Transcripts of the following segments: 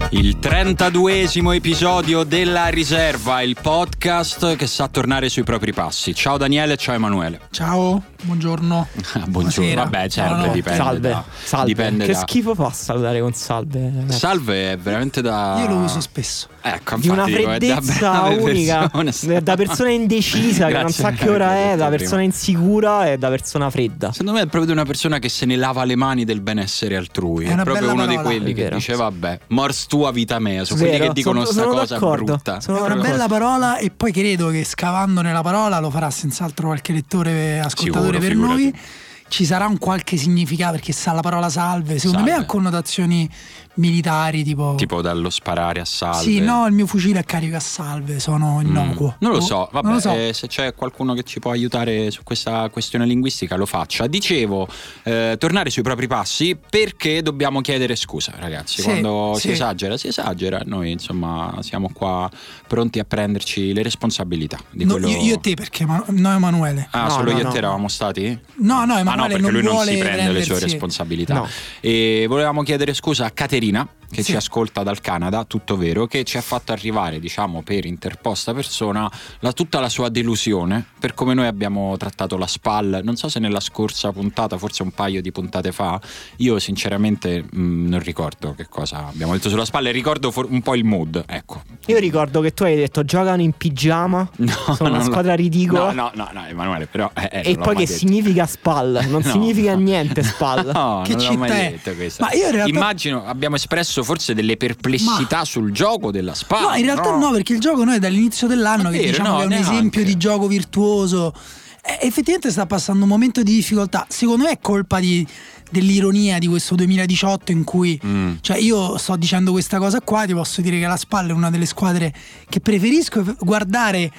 Il 32esimo episodio della Riserva, il podcast che sa tornare sui propri passi. Ciao Daniele, ciao Emanuele. Ciao, buongiorno. Buongiorno, vabbè, certo, no. Dipende. Salve. Dipende che schifo fa salutare con salve, ragazzi. Salve è veramente da... Io lo uso spesso. Ecco, di una freddezza unica, da persona indecisa che non sa che ora è, da persona insicura e da persona fredda. Secondo me è proprio di una persona che se ne lava le mani del benessere altrui. È proprio uno di quelli che dice vabbè, mors tua vita mea. Sono quelli che dicono sta cosa brutta. È una bella parola, e poi credo che scavando nella parola lo farà senz'altro qualche lettore, ascoltatore. Sicuro, per figurati. Noi ci sarà un qualche significato, perché sa la parola salve, secondo me ha connotazioni militari, tipo dallo sparare a salve. Sì, no, il mio fucile è carico a salve, sono innocuo. Non lo so, vabbè, non lo so. Se c'è qualcuno che ci può aiutare su questa questione linguistica lo faccia. Dicevo, tornare sui propri passi, perché dobbiamo chiedere scusa, ragazzi. Quando si esagera. Noi insomma siamo qua pronti a prenderci le responsabilità di quello. Io e te, perché no, Emanuele. Solo io e te eravamo stati? No, Emanuele perché lui non si prende prendersi le sue responsabilità. No. E volevamo chiedere scusa a Caterina, che ci ascolta dal Canada, tutto vero, che ci ha fatto arrivare, diciamo, per interposta persona tutta la sua delusione per come noi abbiamo trattato la SPAL. Non so se nella scorsa puntata, forse un paio di puntate fa, io sinceramente non ricordo che cosa abbiamo detto sulla SPAL, ricordo un po' il mood, ecco. Io ricordo che tu hai detto giocano in pigiama, sono una squadra ridicola. No, Emanuele, però e poi che significa SPAL? Non significa niente SPAL. No, che non l'ho mai città detto questa. Ma io in realtà... Immagino abbiamo espresso forse delle perplessità sul gioco della SPAL. No, in realtà no, perché il gioco noi dall'inizio dell'anno che diciamo che è un esempio di gioco virtuoso, effettivamente sta passando un momento di difficoltà. Secondo me è colpa dell'ironia di questo 2018 in cui cioè io sto dicendo questa cosa qua, ti posso dire che la SPAL è una delle squadre che preferisco guardare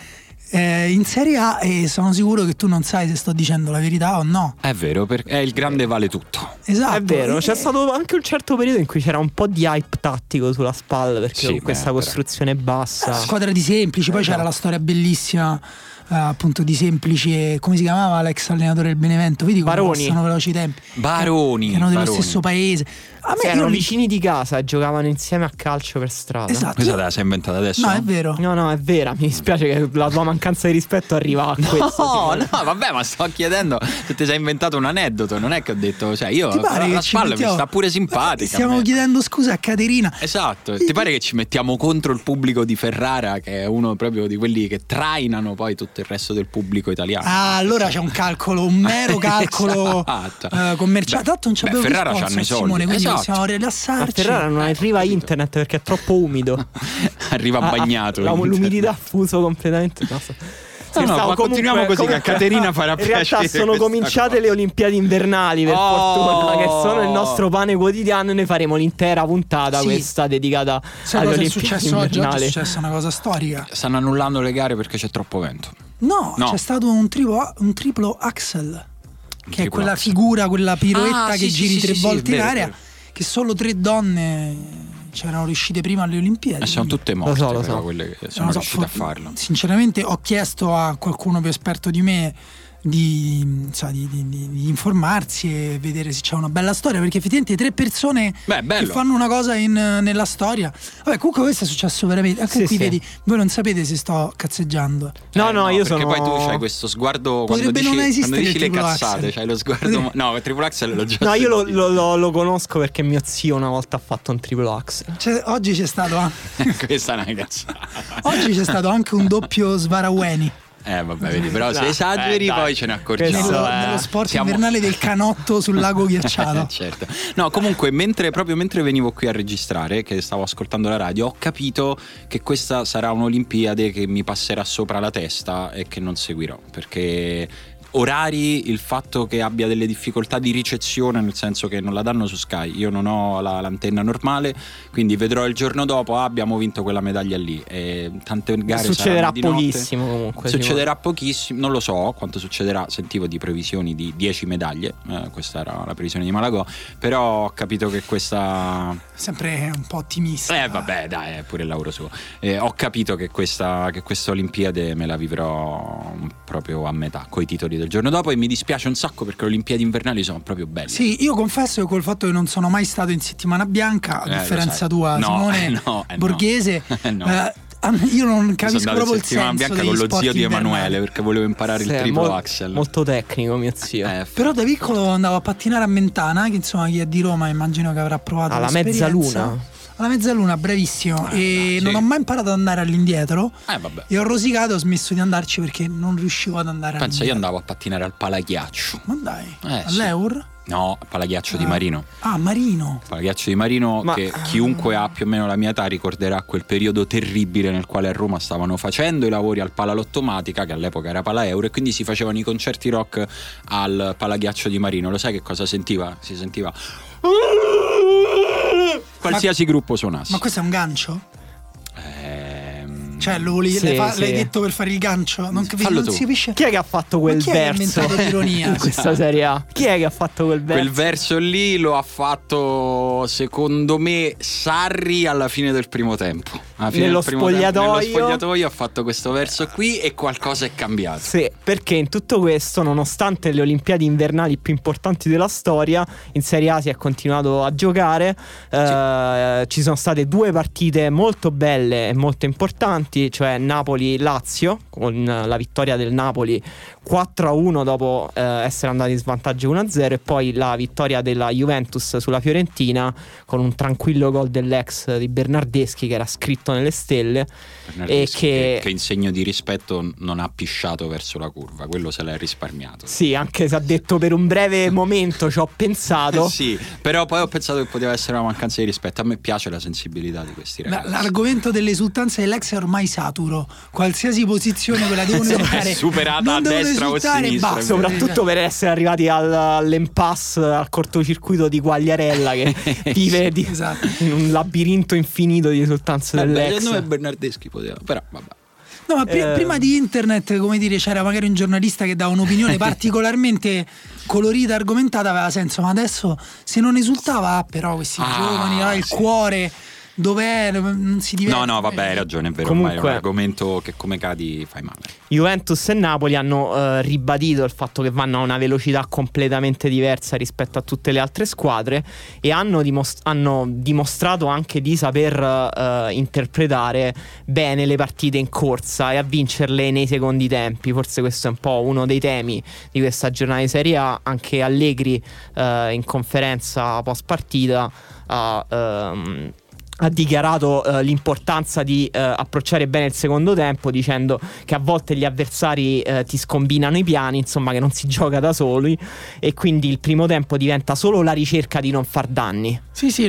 in Serie A, e sono sicuro che tu non sai se sto dicendo la verità o no. È vero, perché il grande vale tutto. Esatto. È vero, c'è stato anche un certo periodo in cui c'era un po' di hype tattico sulla SPAL, perché con questa costruzione bassa, squadra di semplici, poi c'era la storia bellissima appunto di Semplici, come si chiamava l'ex allenatore del Benevento, vedi come passano veloci i tempi, Baroni, che erano dello stesso paese. A me erano vicini di casa e giocavano insieme a calcio per strada. Esatto. Questa te la sei inventata adesso? No, è vero. No, è vera. Mi dispiace che la tua mancanza di rispetto arriva a questo. No, vabbè, ma sto chiedendo se ti sei inventato un aneddoto. Non è che ho detto, cioè io la SPAL mi sta pure simpatica. Stiamo chiedendo scusa a Caterina. Esatto. Ti pare che ci mettiamo contro il pubblico di Ferrara, che è uno proprio di quelli che trainano poi tutto il resto del pubblico italiano? Allora c'è un calcolo, un mero calcolo commerciale. Tanto non c'abbiamo più Ferrara sponsor, c'hanno i soldi. Simone, quindi possiamo rilassarci. A Ferrara non arriva internet perché è troppo umido. Arriva bagnato. L'umidità ha fuso completamente. Ma continuiamo così, che a Caterina farà piacere. In realtà sono cominciate le Olimpiadi invernali, per fortuna, che sono il nostro pane quotidiano, e noi faremo l'intera puntata questa dedicata alle Olimpiadi invernali. Oggi è successa una cosa storica. Stanno annullando le gare perché c'è troppo vento. No, c'è stato un triplo axel, che è quella figura, quella piroetta che giri tre volte in aria, che solo 3 donne c'erano riuscite prima alle Olimpiadi. Sono tutte morte, lo so. quelle che sono riuscite a farlo. Sinceramente ho chiesto a qualcuno più esperto di me di informarsi e vedere se c'è una bella storia, perché effettivamente 3 persone che fanno una cosa nella storia. Vabbè, comunque questo è successo veramente. Anche qui vedi, voi non sapete se sto cazzeggiando. No, io perché sono. Poi tu c'hai questo sguardo potrebbe quando dici le cazzate, c'hai lo sguardo. No, il triplo axel l'ho già No, io lo conosco perché mio zio una volta ha fatto un triplo axel. Oggi c'è stato questa è una cazzata. Oggi c'è stato anche un doppio Svaraueni. Vabbè, vedi, però se esageri poi ce ne accorgiamo. Nello sport invernale del canotto sul lago ghiacciato. Certo. No, comunque proprio mentre venivo qui a registrare, che stavo ascoltando la radio, ho capito che questa sarà un'Olimpiade che mi passerà sopra la testa e che non seguirò, perché orari, il fatto che abbia delle difficoltà di ricezione, nel senso che non la danno su Sky, io non ho l'antenna normale, quindi vedrò il giorno dopo abbiamo vinto quella medaglia lì, e tante gare succederà di notte. Pochissimo comunque, succederà pochissimo, non lo so quanto succederà, sentivo di previsioni di 10 medaglie, questa era la previsione di Malagò, però ho capito che questa sempre un po' ottimista. Vabbè, dai, è pure il lavoro suo. Ho capito che questa Olimpiade me la vivrò proprio a metà, coi titoli partita il giorno dopo e mi dispiace un sacco perché le Olimpiadi invernali sono proprio belle. Sì, io confesso che col fatto che non sono mai stato in settimana bianca, a differenza tua, Simone Borghese, io non capisco proprio il senso bianca con lo zio di Emanuele perché volevo imparare il triplo axel. Molto tecnico mio zio. Però da piccolo andavo a pattinare a Mentana, che insomma chi è di Roma immagino che avrà provato alla mezzaluna. Alla mezzaluna, bravissimo. Non ho mai imparato ad andare all'indietro. Vabbè. E ho rosicato, ho smesso di andarci perché non riuscivo ad andare all'indietro. Pensa, io andavo a pattinare al Palaghiaccio. Ma dai, all'Eur? No, Palaghiaccio di Marino. Marino. Palaghiaccio di Marino, che chiunque ha più o meno la mia età ricorderà quel periodo terribile nel quale a Roma stavano facendo i lavori al Palalottomatica, che all'epoca era Palaeuro, e quindi si facevano i concerti rock al Palaghiaccio di Marino. Lo sai che cosa sentiva? Si sentiva qualsiasi gruppo suonasse. Ma questo è un gancio? Cioè l'hai detto per fare il gancio? Non si capisce. Chi è che ha fatto quel verso in questa Serie A? Chi è che ha fatto quel verso? Quel verso lì lo ha fatto secondo me Sarri alla fine del primo tempo. Nello spogliatoio ha fatto questo verso qui e qualcosa è cambiato. Sì, perché in tutto questo, nonostante le Olimpiadi invernali più importanti della storia, in Serie A si è continuato a giocare. Ci sono state 2 partite molto belle e molto importanti, cioè Napoli-Lazio, con la vittoria del Napoli 4-1 dopo essere andati in svantaggio 1-0, e poi la vittoria della Juventus sulla Fiorentina con un tranquillo gol dell'ex di Bernardeschi che era scritto nelle stelle e che in segno di rispetto non ha pisciato verso la curva, quello se l'è risparmiato. Sì, anche se ha detto per un breve momento ci ho pensato. Sì, però poi ho pensato che poteva essere una mancanza di rispetto. A me piace la sensibilità di questi ragazzi. L'argomento delle esultanze dell'ex è ormai saturo, qualsiasi posizione quella devono giocare superata a destra o a sinistra, soprattutto per essere arrivati all'impasse, al cortocircuito di Quagliarella che vive in un labirinto infinito di esultanze dell'ex. Il nome Bernardeschi poteva, però vabbè. No, ma prima di internet, come dire, c'era magari un giornalista che dava un'opinione particolarmente colorita, argomentata, aveva senso, ma adesso se non esultava, però questi giovani, il cuore dov'è, non si diverte. No, vabbè, hai ragione, è vero. Comunque, ormai è un argomento che come cadi fai male. Juventus e Napoli hanno ribadito il fatto che vanno a una velocità completamente diversa rispetto a tutte le altre squadre e hanno dimostrato anche di saper interpretare bene le partite in corsa e a vincerle nei secondi tempi. Forse questo è un po' uno dei temi di questa giornata di Serie A. Anche Allegri in conferenza post partita ha dichiarato l'importanza di approcciare bene il secondo tempo, dicendo che a volte gli avversari ti scombinano i piani, insomma che non si gioca da soli, e quindi il primo tempo diventa solo la ricerca di non far danni. Sì,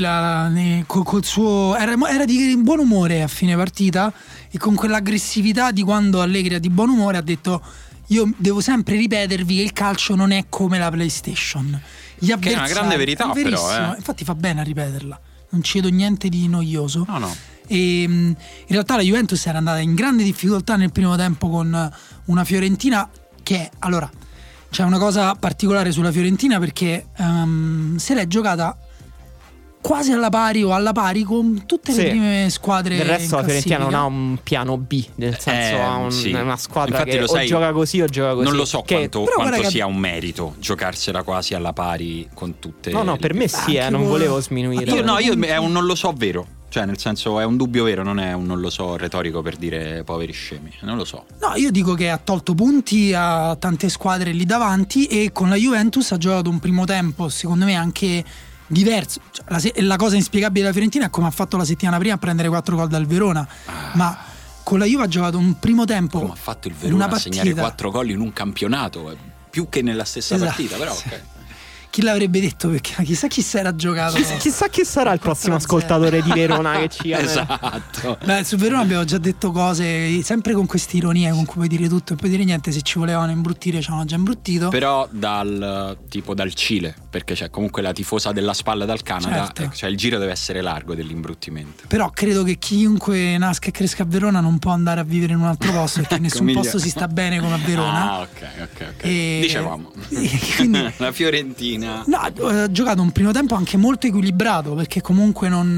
col suo era di buon umore a fine partita, e con quell'aggressività di quando Allegri è di buon umore ha detto: io devo sempre ripetervi che il calcio non è come la PlayStation. Che è una grande verità, però. Infatti fa bene a ripeterla. Non ci vedo niente di noioso. No. E in realtà la Juventus era andata in grande difficoltà nel primo tempo con una Fiorentina che, allora, c'è una cosa particolare sulla Fiorentina perché se l'è giocata quasi alla pari o alla pari con tutte le prime squadre. Del resto la Fiorentina non ha un piano B, nel senso è una squadra infatti che o gioca così o gioca così. Non lo so quanto sia un merito giocarsela quasi alla pari con tutte. No, per me sì, non volevo sminuire. Io è un non lo so vero. Cioè, nel senso, è un dubbio vero, non è un non lo so retorico per dire poveri scemi. Non lo so. No, io dico che ha tolto punti a tante squadre lì davanti, e con la Juventus ha giocato un primo tempo, secondo me, anche diverso. La cosa inspiegabile della Fiorentina è come ha fatto la settimana prima a prendere 4 gol dal Verona. Ma con la Juve ha giocato un primo tempo. Come ha fatto il Verona a segnare 4 gol in un campionato, più che nella stessa partita, però ok. Chi l'avrebbe detto? Perché chissà chi si era giocato. Chissà chi sarà il prossimo ascoltatore di Verona che ci chiama. Esatto. Beh, su Verona abbiamo già detto cose sempre con questa ironia, con cui puoi dire tutto e puoi dire niente. Se ci volevano imbruttire ci hanno già imbruttito. Però dal Cile, perché c'è comunque la tifosa della spalla dal Canada, certo. Cioè il giro deve essere largo dell'imbruttimento. Però credo che chiunque nasca e cresca a Verona non può andare a vivere in un altro posto, perché in nessun posto si sta bene come a Verona. Ok. Dicevamo quindi, la Fiorentina. No, ha giocato un primo tempo anche molto equilibrato, perché comunque non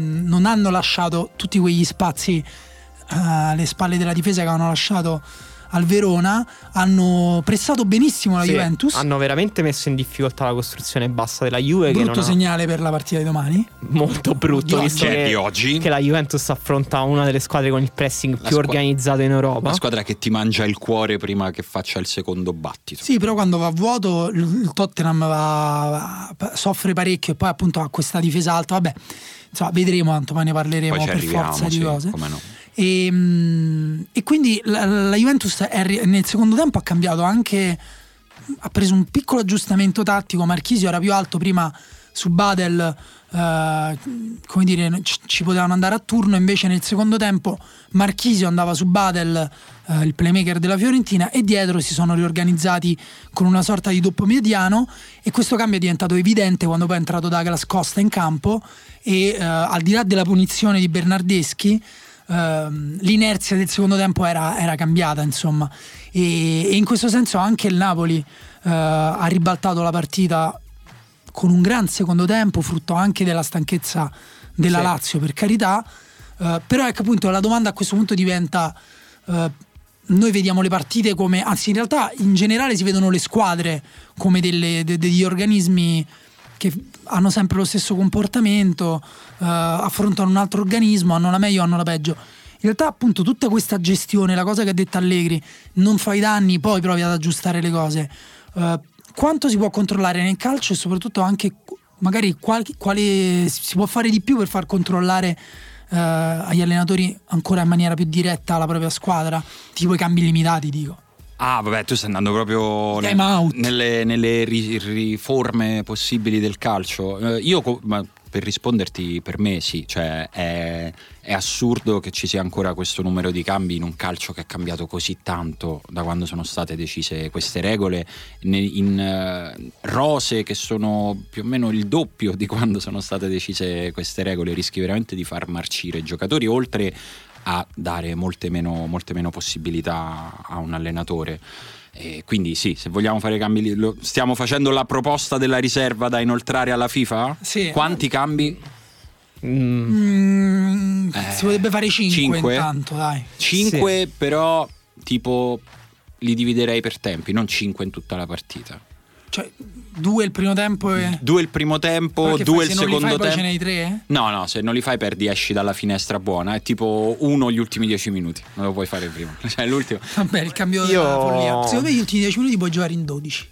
hanno lasciato tutti quegli spazi alle spalle della difesa che avevano lasciato al Verona, hanno pressato benissimo la Juventus. Hanno veramente messo in difficoltà la costruzione bassa della Juve. Brutto segnale per la partita di domani. Molto brutto, visto di oggi. Che la Juventus affronta una delle squadre con il pressing più organizzato in Europa. La squadra che ti mangia il cuore prima che faccia il secondo battito. Sì, però quando va a vuoto il Tottenham soffre parecchio, e poi appunto ha questa difesa alta. Vabbè, insomma, vedremo, tanto poi ne parleremo per forza di cose. Come no. E quindi la Juventus nel secondo tempo ha cambiato anche, ha preso un piccolo aggiustamento tattico. Marchisio era più alto prima su Badel, come dire, ci potevano andare a turno, invece nel secondo tempo Marchisio andava su Badel, il playmaker della Fiorentina, e dietro si sono riorganizzati con una sorta di doppio mediano, e questo cambio è diventato evidente quando poi è entrato Douglas Costa in campo e al di là della punizione di Bernardeschi l'inerzia del secondo tempo era cambiata, insomma, e in questo senso anche il Napoli ha ribaltato la partita con un gran secondo tempo, frutto anche della stanchezza della Lazio, per carità, però ecco, appunto, la domanda a questo punto diventa, noi vediamo le partite come, anzi in realtà in generale si vedono le squadre come degli organismi che hanno sempre lo stesso comportamento, affrontano un altro organismo, hanno la meglio o hanno la peggio. In realtà appunto tutta questa gestione, la cosa che ha detto Allegri, non fai danni, poi provi ad aggiustare le cose, quanto si può controllare nel calcio, e soprattutto anche magari quale si può fare di più per far controllare agli allenatori ancora in maniera più diretta la propria squadra, tipo i cambi limitati, dico. Ah, vabbè, tu stai andando proprio nelle riforme possibili del calcio. Ma per risponderti, per me sì, cioè è assurdo che ci sia ancora questo numero di cambi in un calcio che è cambiato così tanto da quando sono state decise queste regole, in rose che sono più o meno il doppio di quando sono state decise queste regole. Rischi veramente di far marcire i giocatori, oltre a dare molte meno possibilità a un allenatore. E quindi sì, se vogliamo fare cambi, stiamo facendo la proposta della riserva da inoltrare alla FIFA? Sì. Quanti cambi? Si potrebbe fare 5 intanto, dai. 5 sì. Però tipo li dividerei per tempi, non 5 in tutta la partita. Cioè 2 il primo tempo e 2 il primo tempo, 2 il secondo tempo. Poi ce n'hai 3? No, se non li fai perdi, esci dalla finestra buona. È tipo 1 gli ultimi 10 minuti. Non lo puoi fare prima. Cioè l'ultimo. Vabbè, il cambio della follia. Secondo me gli ultimi 10 minuti puoi giocare in 12.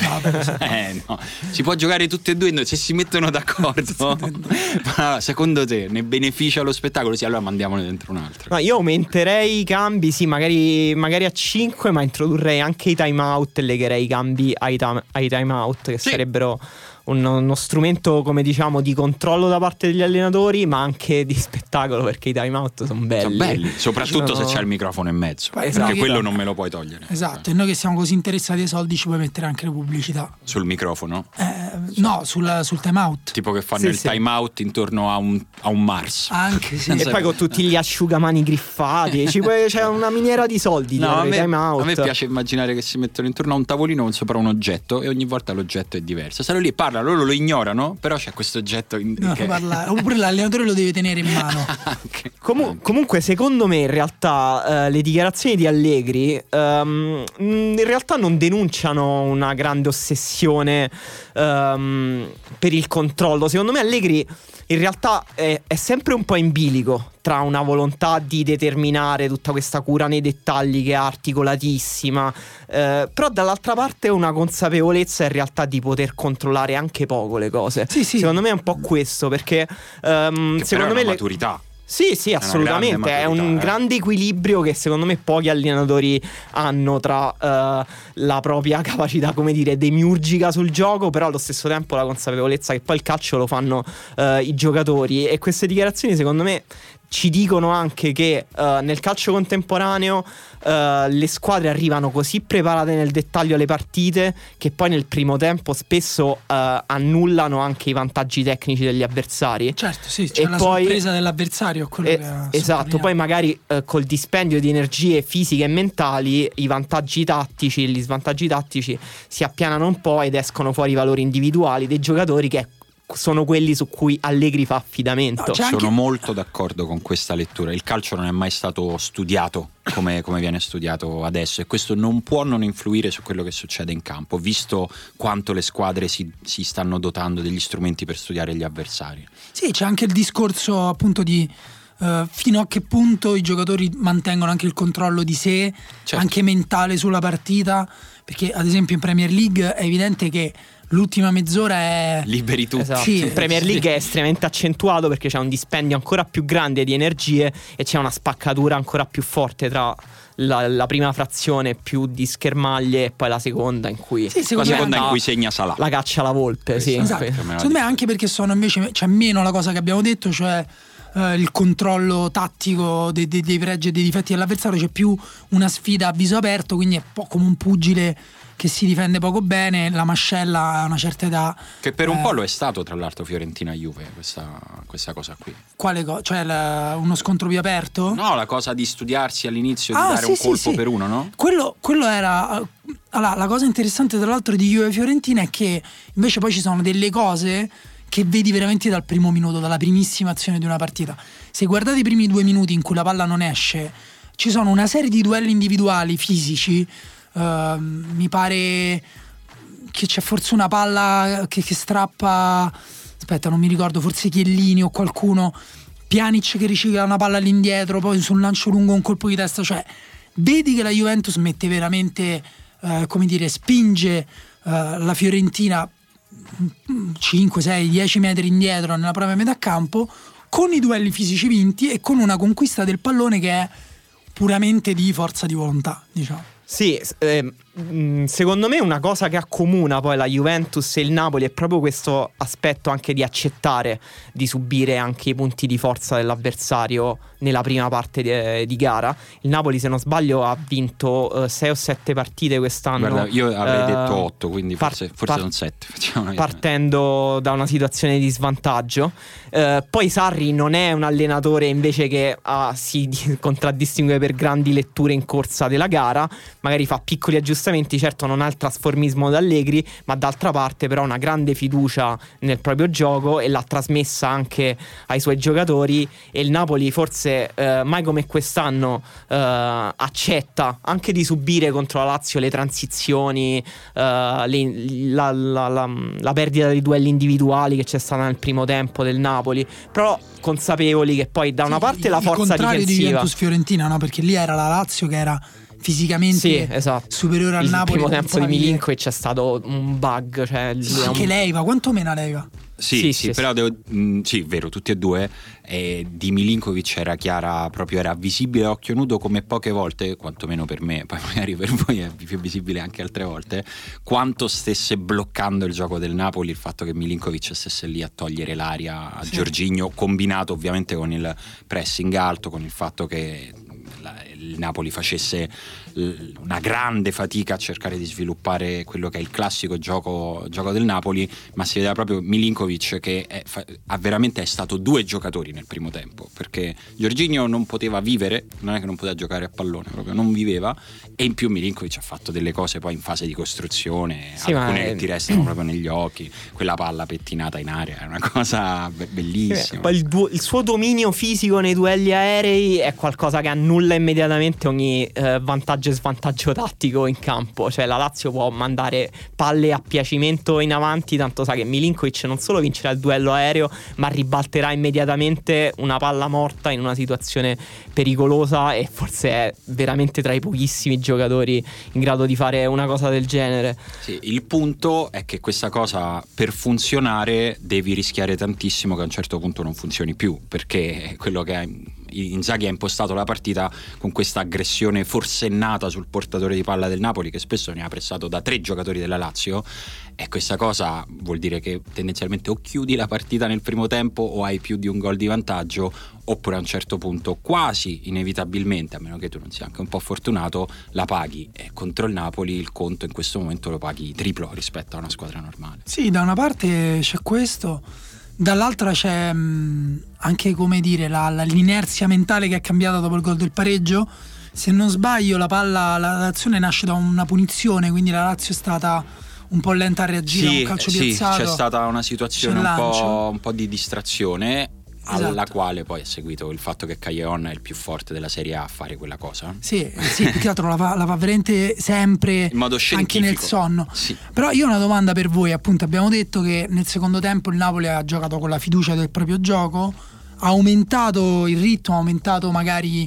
No, si può giocare tutti e due se si mettono d'accordo. Ma secondo te ne beneficia lo spettacolo? Sì, allora mandiamone dentro un altro. No, io aumenterei i cambi, sì, magari a 5, ma introdurrei anche i time out e legherei i cambi ai time out, che sarebbero uno strumento, come diciamo, di controllo da parte degli allenatori, ma anche di spettacolo, perché i time out sono belli. Sono belli, soprattutto se c'è il microfono in mezzo, perché quello non me lo puoi togliere. Esatto, e noi che siamo così interessati ai soldi ci puoi mettere anche le pubblicità. Sul microfono? No, sul time out. Tipo che fanno il time out intorno a un Mars. Anche sì. E poi con tutti gli asciugamani griffati, c'è una miniera di soldi. No, a me piace immaginare che si mettono intorno a un tavolino sopra un oggetto, e ogni volta l'oggetto è diverso. Stanno lì, loro lo ignorano, però c'è questo oggetto oppure l'allenatore lo deve tenere in mano. Comunque secondo me in realtà le dichiarazioni di Allegri in realtà non denunciano una grande ossessione per il controllo. Secondo me Allegri in realtà è sempre un po' in bilico tra una volontà di determinare tutta questa cura nei dettagli che è articolatissima, però dall'altra parte una consapevolezza in realtà di poter controllare anche poco le cose. Sì. Secondo me è un po' questo, perché secondo me maturità. Sì, assolutamente. È un grande equilibrio che secondo me pochi allenatori hanno tra la propria capacità, come dire, demiurgica sul gioco, però allo stesso tempo la consapevolezza che poi il calcio lo fanno i giocatori. E queste dichiarazioni secondo me ci dicono anche che nel calcio contemporaneo le squadre arrivano così preparate nel dettaglio alle partite che poi nel primo tempo spesso annullano anche i vantaggi tecnici degli avversari. Certo, sì, c'è la sorpresa dell'avversario, esatto, poi magari col dispendio di energie fisiche e mentali i vantaggi tattici e gli svantaggi tattici si appianano un po' ed escono fuori i valori individuali dei giocatori, che è sono quelli su cui Allegri fa affidamento. Sono molto d'accordo con questa lettura. Il calcio non è mai stato studiato come viene studiato adesso, e questo non può non influire su quello che succede in campo, visto quanto le squadre si stanno dotando degli strumenti per studiare gli avversari. Sì, c'è anche il discorso appunto di fino a che punto i giocatori mantengono anche il controllo di sé, certo, anche mentale sulla partita, perché ad esempio in Premier League è evidente che l'ultima mezz'ora è liberi tutti. Esatto. Sì, il Premier League è estremamente accentuato perché c'è un dispendio ancora più grande di energie e c'è una spaccatura ancora più forte tra la prima frazione più di schermaglie e poi la seconda in cui in cui segna Salah, la caccia alla volpe. Sì, esatto. Secondo me anche perché sono invece c'è meno la cosa che abbiamo detto, cioè il controllo tattico dei pregi e dei difetti dell'avversario, c'è più una sfida a viso aperto, quindi è un po' come un pugile che si difende poco bene, la mascella a una certa età, che per un po' lo è stato tra l'altro Fiorentina-Juve questa cosa qui. Quale cioè uno scontro più aperto? No, la cosa di studiarsi all'inizio, di dare un colpo per uno, no? Quello era la cosa interessante tra l'altro di Juve-Fiorentina è che invece poi ci sono delle cose che vedi veramente dal primo minuto, dalla primissima azione di una partita. Se guardate i primi 2 minuti in cui la palla non esce, ci sono una serie di duelli individuali fisici. Mi pare che c'è forse una palla che strappa, aspetta, non mi ricordo, forse Chiellini o qualcuno, Pjanic che ricicla una palla all'indietro, poi sul lancio lungo un colpo di testa, cioè vedi che la Juventus mette veramente spinge la Fiorentina 5, 6, 10 metri indietro nella propria metà campo, con i duelli fisici vinti e con una conquista del pallone che è puramente di forza di volontà, diciamo. Sì, secondo me una cosa che accomuna poi la Juventus e il Napoli è proprio questo aspetto anche di accettare di subire anche i punti di forza dell'avversario nella prima parte di gara. Il Napoli, se non sbaglio, ha vinto 6 o 7 partite quest'anno. Guarda, io avrei detto 8, quindi forse sono 7. Partendo da una situazione di svantaggio. Poi Sarri non è un allenatore invece che si contraddistingue per grandi letture in corsa della gara, magari fa piccoli aggiustamenti, certo non ha il trasformismo da Allegri, ma d'altra parte però ha una grande fiducia nel proprio gioco e l'ha trasmessa anche ai suoi giocatori, e il Napoli forse mai come quest'anno accetta anche di subire contro la Lazio le transizioni, la perdita di duelli individuali che c'è stata nel primo tempo del Napoli, però consapevoli che poi da una parte la forza difensiva, il contrario di Juventus-Fiorentina, no? Perché lì era la Lazio che era fisicamente superiore al Napoli. Il primo tempo di Milinkovic c'è stato un bug, cioè anche Leiva, quanto meno Leiva? Sì, però vero, tutti e due. Di Milinkovic era chiara, proprio era visibile a occhio nudo come poche volte, quantomeno per me, poi magari per voi è più visibile anche altre volte, quanto stesse bloccando il gioco del Napoli il fatto che Milinkovic stesse lì a togliere l'aria a Jorginho, combinato ovviamente con il pressing alto, con il fatto che il Napoli facesse una grande fatica a cercare di sviluppare quello che è il classico gioco del Napoli, ma si vedeva proprio Milinkovic che veramente è stato 2 giocatori nel primo tempo, perché Jorginho non poteva vivere, non è che non poteva giocare a pallone, proprio non viveva, e in più Milinkovic ha fatto delle cose poi in fase di costruzione, alcune che ti restano proprio negli occhi, quella palla pettinata in aria è una cosa bellissima. Poi il suo dominio fisico nei duelli aerei è qualcosa che annulla immediatamente ogni vantaggio e svantaggio tattico in campo, cioè la Lazio può mandare palle a piacimento in avanti, tanto sa che Milinkovic non solo vincerà il duello aereo, ma ribalterà immediatamente una palla morta in una situazione pericolosa, e forse è veramente tra i pochissimi giocatori in grado di fare una cosa del genere. Sì, il punto è che questa cosa, per funzionare, devi rischiare tantissimo che a un certo punto non funzioni più, perché quello che Inzaghi ha impostato la partita con questa aggressione forsennata sul portatore di palla del Napoli, che spesso ne ha pressato da 3 giocatori della Lazio, e questa cosa vuol dire che tendenzialmente o chiudi la partita nel primo tempo o hai più di un gol di vantaggio, oppure a un certo punto quasi inevitabilmente, a meno che tu non sia anche un po' fortunato, la paghi, e contro il Napoli il conto in questo momento lo paghi triplo rispetto a una squadra normale. Sì, da una parte c'è questo, dall'altra c'è anche, come dire, l'inerzia mentale che è cambiata dopo il gol del pareggio. Se non sbaglio l'azione nasce da una punizione, quindi la Lazio è stata un po' lenta a reagire a un calcio piazzato. C'è stata una situazione un po' di distrazione, esatto, alla quale poi è seguito il fatto che Callejon è il più forte della Serie A a fare quella cosa. Sì, più che altro la fa veramente sempre, in modo scientifico, anche nel sonno. Sì. Però io ho una domanda per voi, appunto abbiamo detto che nel secondo tempo il Napoli ha giocato con la fiducia del proprio gioco, ha aumentato il ritmo, ha aumentato magari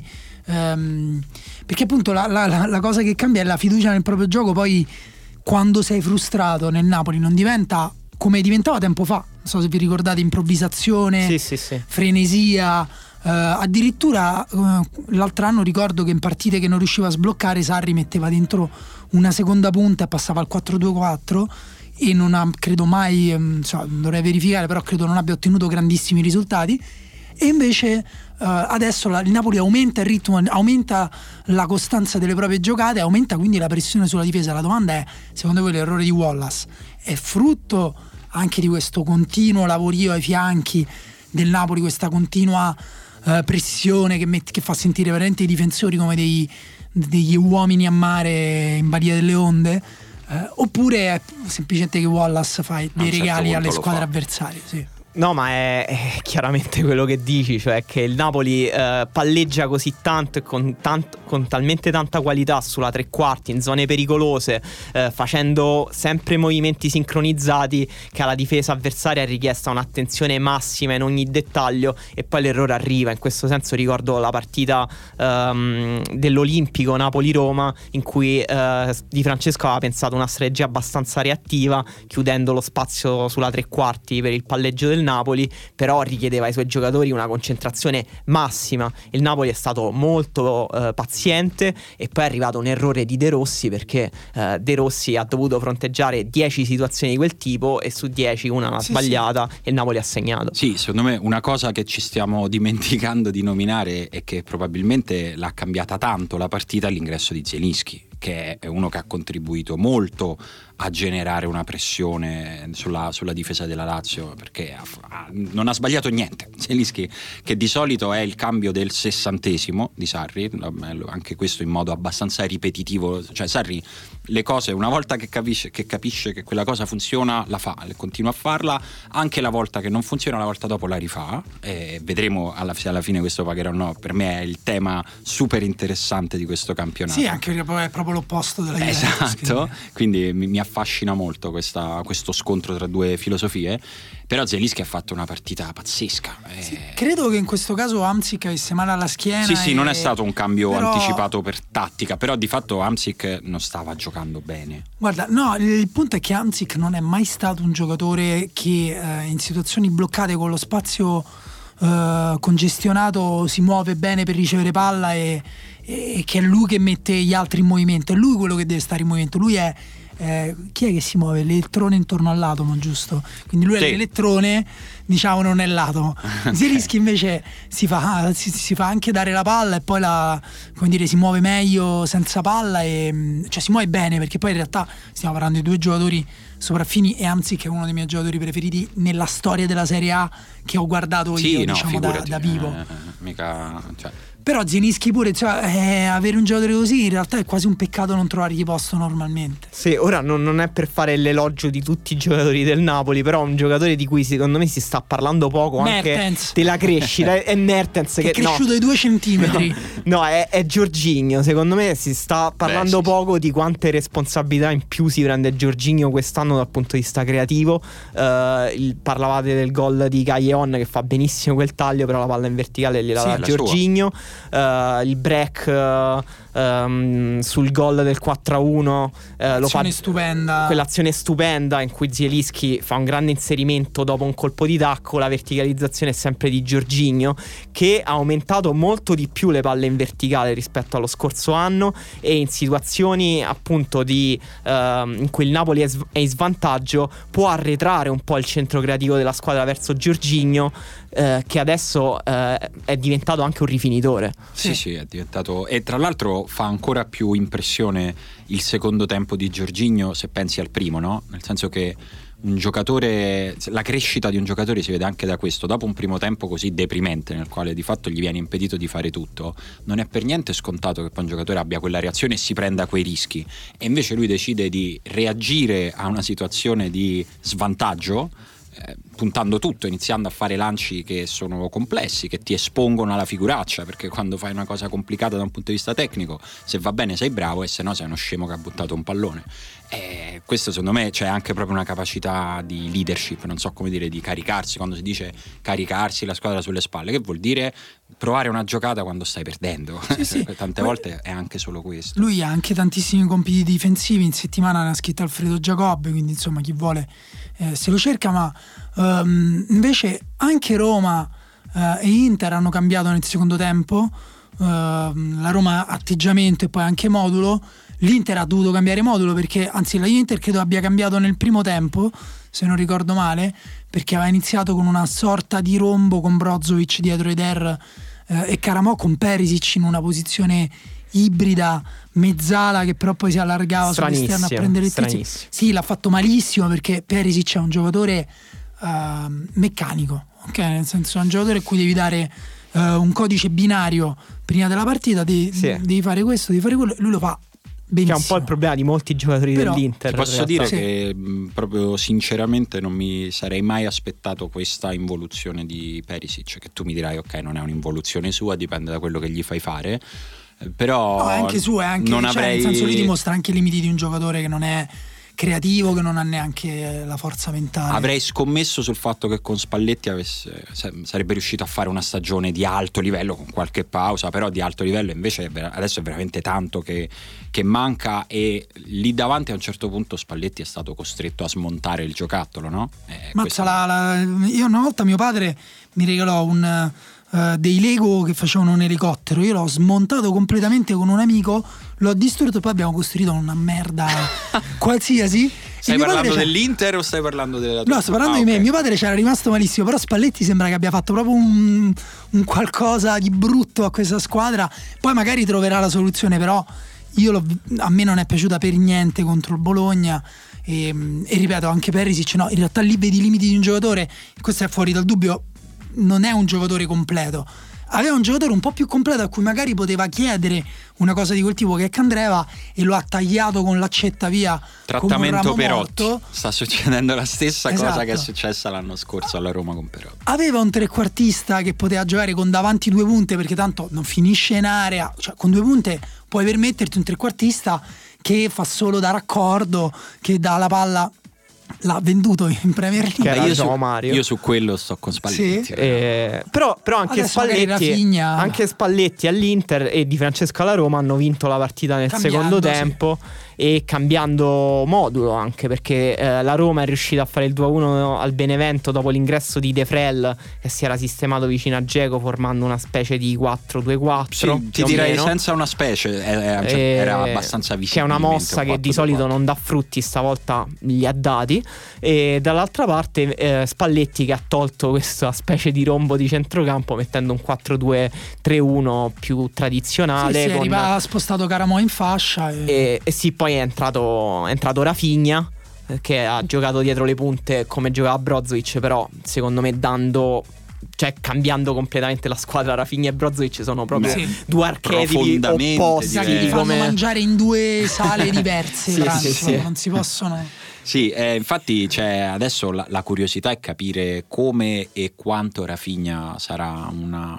perché appunto la cosa che cambia è la fiducia nel proprio gioco. Poi quando sei frustrato nel Napoli non diventa come diventava tempo fa, non so se vi ricordate, improvvisazione, sì. frenesia, addirittura l'altro anno ricordo che in partite che non riusciva a sbloccare Sarri metteva dentro una seconda punta e passava al 4-2-4 e non ha, credo mai, dovrei verificare, però credo non abbia ottenuto grandissimi risultati. E invece adesso il Napoli aumenta il ritmo, aumenta la costanza delle proprie giocate, aumenta quindi la pressione sulla difesa. La domanda è, secondo voi l'errore di Wallace è frutto anche di questo continuo lavorio ai fianchi del Napoli, questa continua pressione che fa sentire veramente i difensori come degli uomini a mare in balia delle onde, oppure è semplicemente che Wallace fa dei regali alle squadre avversarie? Sì. No, ma è chiaramente quello che dici, cioè che il Napoli palleggia così tanto e con talmente tanta qualità sulla tre quarti, in zone pericolose, facendo sempre movimenti sincronizzati, che alla difesa avversaria è richiesta un'attenzione massima in ogni dettaglio, e poi l'errore arriva. In questo senso ricordo la partita dell'Olimpico Napoli-Roma, in cui Di Francesco aveva pensato una strategia abbastanza reattiva, chiudendo lo spazio sulla tre quarti per il palleggio del Napoli, però richiedeva ai suoi giocatori una concentrazione massima. Il Napoli è stato molto paziente, e poi è arrivato un errore di De Rossi, perché De Rossi ha dovuto fronteggiare 10 situazioni di quel tipo e su 10 una l'ha sbagliata, e il Napoli ha segnato. Sì, secondo me una cosa che ci stiamo dimenticando di nominare e che probabilmente l'ha cambiata tanto la partita è l'ingresso di Zielinski, che è uno che ha contribuito molto a generare una pressione sulla difesa della Lazio, perché non ha sbagliato niente. Zielinski, che di solito è il cambio del 60° di Sarri, anche questo in modo abbastanza ripetitivo, cioè Sarri le cose, una volta che capisce che quella cosa funziona, la fa, continua a farla, anche la volta che non funziona, la volta dopo la rifà, e vedremo se alla fine questo pagherà o no. Per me è il tema super interessante di questo campionato. Sì, anche perché è proprio l'opposto della Juventus. Esatto, quindi mi affascina molto questo scontro tra due filosofie. Però Zielinski ha fatto una partita pazzesca. Sì, credo che in questo caso Hamsik avesse male alla schiena. Sì, non è stato un cambio anticipato per tattica, però di fatto Hamsik non stava giocando bene. Guarda, no, il punto è che Hamsik non è mai stato un giocatore che in situazioni bloccate con lo spazio congestionato si muove bene per ricevere palla, e che è lui che mette gli altri in movimento, è lui quello che deve stare in movimento. Lui è chi è che si muove? L'elettrone intorno all'atomo, giusto? Quindi lui è l'elettrone, diciamo, non è l'atomo. Zielinski invece si fa anche dare la palla, e poi si muove meglio senza palla, e cioè si muove bene, perché poi in realtà stiamo parlando di due giocatori sopraffini, e Hamsik è uno dei miei giocatori preferiti nella storia della Serie A che ho guardato io, diciamo, da vivo. Però Zielinski pure, avere un giocatore così in realtà è quasi un peccato non trovargli posto normalmente. Sì, ora non è per fare l'elogio di tutti i giocatori del Napoli, però un giocatore di cui secondo me si sta parlando poco, Mertens, anche della crescita, è Mertens, che è cresciuto di 2 centimetri. No, è Jorginho. Secondo me si sta parlando poco di quante responsabilità in più si prende Jorginho quest'anno dal punto di vista creativo. Parlavate del gol di Callejon, che fa benissimo quel taglio, però la palla in verticale gliela dà Jorginho. Il break sul gol del 4-1, lo fa stupenda. Quell'azione stupenda in cui Zielinski fa un grande inserimento dopo un colpo di tacco. La verticalizzazione è sempre di Jorginho, che ha aumentato molto di più le palle in verticale rispetto allo scorso anno, e in situazioni appunto in cui il Napoli è in svantaggio può arretrare un po' il centro creativo della squadra verso Jorginho, che adesso è diventato anche un rifinitore. Sì, è diventato, e tra l'altro fa ancora più impressione il secondo tempo di Jorginho se pensi al primo, no? Nel senso che un giocatore, la crescita di un giocatore si vede anche da questo. Dopo un primo tempo così deprimente nel quale di fatto gli viene impedito di fare tutto, non è per niente scontato che poi un giocatore abbia quella reazione e si prenda quei rischi, e invece lui decide di reagire a una situazione di svantaggio, puntando tutto, iniziando a fare lanci che sono complessi, che ti espongono alla figuraccia, perché quando fai una cosa complicata da un punto di vista tecnico, se va bene sei bravo, e se no sei uno scemo che ha buttato un pallone. E questo secondo me c'è anche proprio una capacità di leadership, non so come dire, di caricarsi. Quando si dice caricarsi la squadra sulle spalle, che vuol dire provare una giocata quando stai perdendo. Sì. Tante volte è anche solo questo. Lui ha anche tantissimi compiti difensivi, in settimana ne ha scritto Alfredo Giacobbe, quindi insomma chi vuole se lo cerca. Ma invece anche Roma e Inter hanno cambiato nel secondo tempo, la Roma atteggiamento e poi anche modulo. L'Inter ha dovuto cambiare modulo, perché anzi l'Inter credo abbia cambiato nel primo tempo, se non ricordo male, perché aveva iniziato con una sorta di rombo con Brozovic dietro Eder e Karamò, con Perisic in una posizione ibrida mezzala, che però poi si allargava sull'esterno a prendere il tizio. Sì, l'ha fatto malissimo, perché Perisic è un giocatore meccanico, ok? Nel senso è un giocatore a cui devi dare un codice binario prima della partita, devi fare questo, devi fare quello, lui lo fa benissimo. Che è un po' il problema di molti giocatori dell'Inter. Posso dire che proprio sinceramente non mi sarei mai aspettato questa involuzione di Perisic, che tu mi dirai ok, non è un'involuzione sua, dipende da quello che gli fai fare, però no, è anche sua, è anche, non cioè, avrei... nel senso lui dimostra anche i limiti di un giocatore che non è creativo, che non ha neanche la forza mentale. Avrei scommesso sul fatto che con Spalletti sarebbe riuscito a fare una stagione di alto livello, con qualche pausa, però di alto livello. Invece adesso è veramente tanto che manca, e lì davanti a un certo punto Spalletti è stato costretto a smontare il giocattolo, no? Mazza, io una volta mio padre mi regalò dei Lego che facevano un elicottero, io l'ho smontato completamente con un amico, l'ho distrutto e poi abbiamo costruito una merda qualsiasi. Stai parlando dell'Inter o stai parlando della tua? No, sto parlando di me. Mio padre c'era rimasto malissimo, però Spalletti sembra che abbia fatto proprio un qualcosa di brutto a questa squadra. Poi magari troverà la soluzione, però a me non è piaciuta per niente contro il Bologna. E ripeto, anche Perisic, no, in realtà lì vedi i limiti di un giocatore, questo è fuori dal dubbio, non è un giocatore completo. Aveva un giocatore un po' più completo a cui magari poteva chiedere una cosa di quel tipo, che è Candreva, e lo ha tagliato con l'accetta via. Trattamento Perotti. Sta succedendo la stessa cosa che è successa l'anno scorso alla Roma con Perotti. Aveva un trequartista che poteva giocare con davanti due punte, perché tanto non finisce in area, cioè con due punte puoi permetterti un trequartista che fa solo da raccordo, che dà la palla. L'ha venduto in Premier League. Io su quello sto con Spalletti. Sì. Però anche Spalletti all'Inter e Di Francesco alla Roma hanno vinto la partita nel secondo tempo, e cambiando modulo anche, perché la Roma è riuscita a fare il 2-1 al Benevento dopo l'ingresso di De Frel, che si era sistemato vicino a Dzeko formando una specie di 4-2-4. Sì, ti direi senza una specie, era abbastanza visibile. Che è una mossa che di solito non dà frutti, stavolta li ha dati. E dall'altra parte Spalletti, che ha tolto questa specie di rombo di centrocampo mettendo un 4-2-3-1 più tradizionale. Ha spostato Karamò in fascia e sì, poi è entrato Rafinha, che ha giocato dietro le punte come giocava Brozovic, però secondo me cambiando completamente la squadra. Rafinha e Brozovic sono proprio due archetipi opposti, li fanno mangiare in due sale diverse. Non si possono. Sì, infatti adesso la curiosità è capire come e quanto Rafinha sarà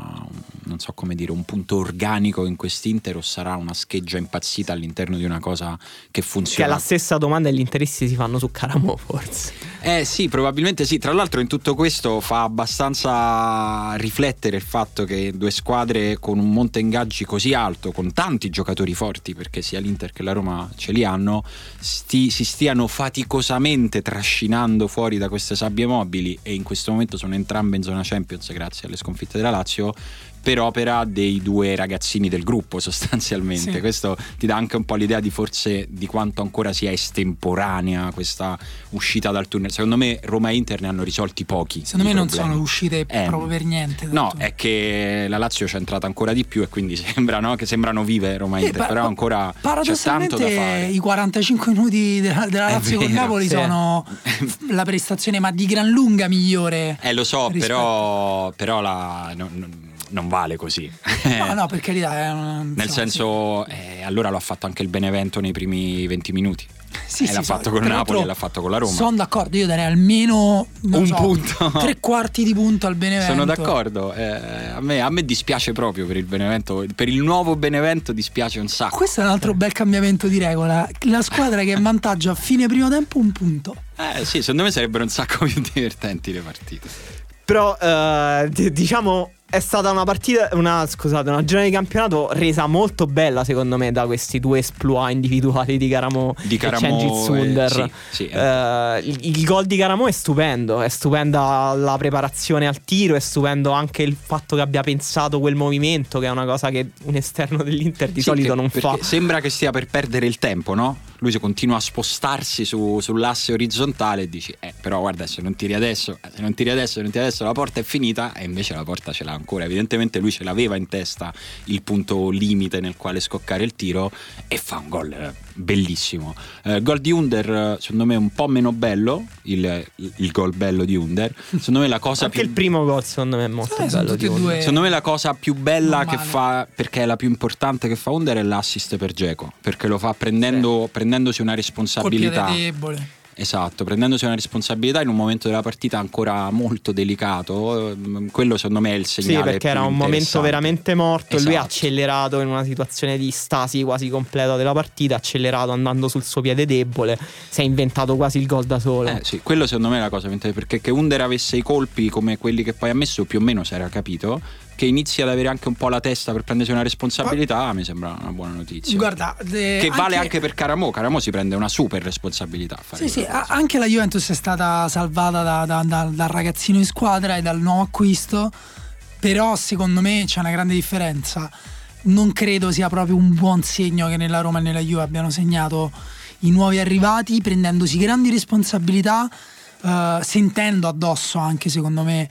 non so come dire, un punto organico in quest'Inter, o sarà una scheggia impazzita all'interno di una cosa che funziona. Che è la stessa domanda gli interisti si fanno su Karamò, forse. Sì, probabilmente sì. Tra l'altro in tutto questo fa abbastanza riflettere il fatto che due squadre con un monte ingaggi così alto, con tanti giocatori forti, perché sia l'Inter che la Roma ce li hanno, si stiano faticosamente trascinando fuori da queste sabbie mobili, e in questo momento sono entrambe in zona Champions grazie alle sconfitte della Lazio, per opera dei due ragazzini del gruppo sostanzialmente. Sì. Questo ti dà anche un po' l'idea di forse di quanto ancora sia estemporanea questa uscita dal tunnel. Secondo me Roma e Inter ne hanno risolti pochi. Secondo me non sono uscite proprio per niente. No, è che la Lazio c'è entrata ancora di più e quindi sembra, no, che sembrano vive Roma e Inter, però ancora c'è tanto da fare. I 45 minuti della Lazio con Napoli sono la prestazione ma di gran lunga migliore. Lo so, però non vale così. No, per carità. Nel senso, allora lo ha fatto anche il Benevento nei primi 20 minuti. L'ha fatto con Napoli e l'ha fatto con la Roma. Sono d'accordo, io darei almeno punto, 3/4 di punto al Benevento. Sono d'accordo. A me dispiace proprio per il Benevento, per il nuovo Benevento dispiace un sacco. Questo è un altro bel cambiamento di regola. La squadra che è in vantaggio a fine primo tempo 1 punto. Sì, secondo me sarebbero un sacco più divertenti le partite. Però diciamo è stata una girone di campionato resa molto bella secondo me da questi due exploit individuali di Caramo e Cengiz Under. Il gol di Caramo è stupenda la preparazione al tiro, è stupendo anche il fatto che abbia pensato quel movimento, che è una cosa che un esterno dell'Inter di solito non fa. Sembra che stia per perdere il tempo, no? Lui si continua a spostarsi sull'asse orizzontale e dici però guarda, se non tiri adesso la porta è finita, e invece la porta ce l'ha ancora. Evidentemente lui ce l'aveva in testa il punto limite nel quale scoccare il tiro e fa un gol bellissimo. Gol di Under secondo me un po' meno bello, il gol bello di Under. Secondo me la cosa anche il primo gol secondo me è molto bello di Under. Secondo me la cosa più bella che fa, perché è la più importante che fa Under, è l'assist per Dzeko, perché lo fa prendendosi una responsabilità. Col piede debole. Esatto, prendendosi una responsabilità in un momento della partita ancora molto delicato. Quello secondo me è il segnale. Sì, perché era un momento veramente morto. Esatto. E lui ha accelerato in una situazione di stasi quasi completa della partita, ha accelerato andando sul suo piede debole, si è inventato quasi il gol da solo. Sì, quello secondo me è la cosa, perché che Under avesse i colpi come quelli che poi ha messo più o meno si era capito. Che inizi ad avere anche un po' la testa per prendersi una responsabilità, mi sembra una buona notizia. Guarda, che vale anche per Caramo si prende una super responsabilità. Sì, anche la Juventus è stata salvata dal ragazzino in squadra e dal nuovo acquisto, però secondo me c'è una grande differenza. Non credo sia proprio un buon segno che nella Roma e nella Juve abbiano segnato i nuovi arrivati, prendendosi grandi responsabilità, sentendo addosso anche secondo me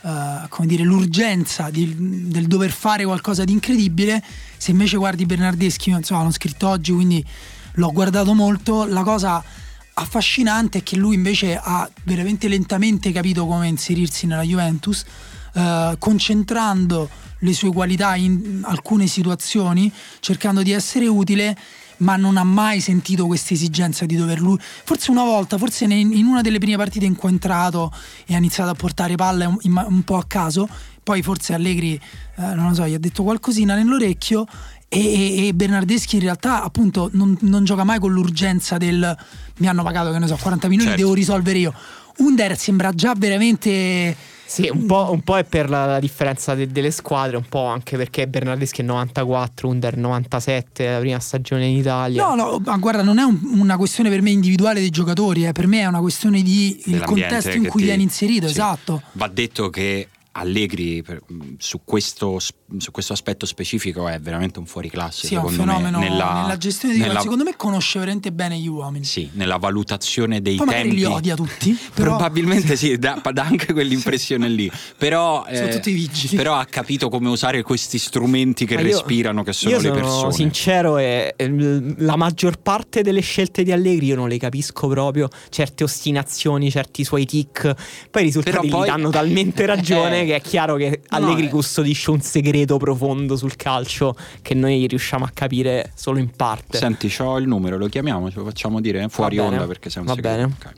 l'urgenza del dover fare qualcosa di incredibile. Se invece guardi Bernardeschi, l'ho scritto oggi, quindi l'ho guardato molto, la cosa affascinante è che lui invece ha veramente lentamente capito come inserirsi nella Juventus, concentrando le sue qualità in alcune situazioni, cercando di essere utile, ma non ha mai sentito questa esigenza di dover lui. Forse una volta, in una delle prime partite in cui è entrato e ha iniziato a portare palle un po' a caso, poi forse Allegri non lo so, gli ha detto qualcosina nell'orecchio, e Bernardeschi in realtà appunto non gioca mai con l'urgenza del mi hanno pagato 40 milioni, certo, devo risolvere io. Under sembra già veramente... Sì, un po' è per la differenza delle squadre, un po' anche perché Bernardeschi è 94, Under 97, la prima stagione in Italia. No, ma guarda, non è una questione per me individuale dei giocatori, per me è una questione di il contesto in cui viene inserito, sì. Esatto. Va detto che Allegri su questo aspetto specifico è veramente un fuoriclasse. Sì, è un fenomeno nella gestione di secondo me conosce veramente bene gli uomini. Sì, nella valutazione dei poi tempi. Magari li odia tutti, però... Probabilmente sì, dà anche quell'impressione lì. Però sono tutti vigili. Però ha capito come usare questi strumenti che respirano, che sono le persone. Io sono sincero, la maggior parte delle scelte di Allegri io non le capisco proprio. Certe ostinazioni, certi suoi tic, poi i risultati gli danno talmente ragione che è chiaro che Allegri custodisce un segreto profondo sul calcio che noi riusciamo a capire solo in parte. Senti, c'ho il numero, lo chiamiamo, ce lo facciamo dire fuori onda perché sei un segreto. Va bene. Okay.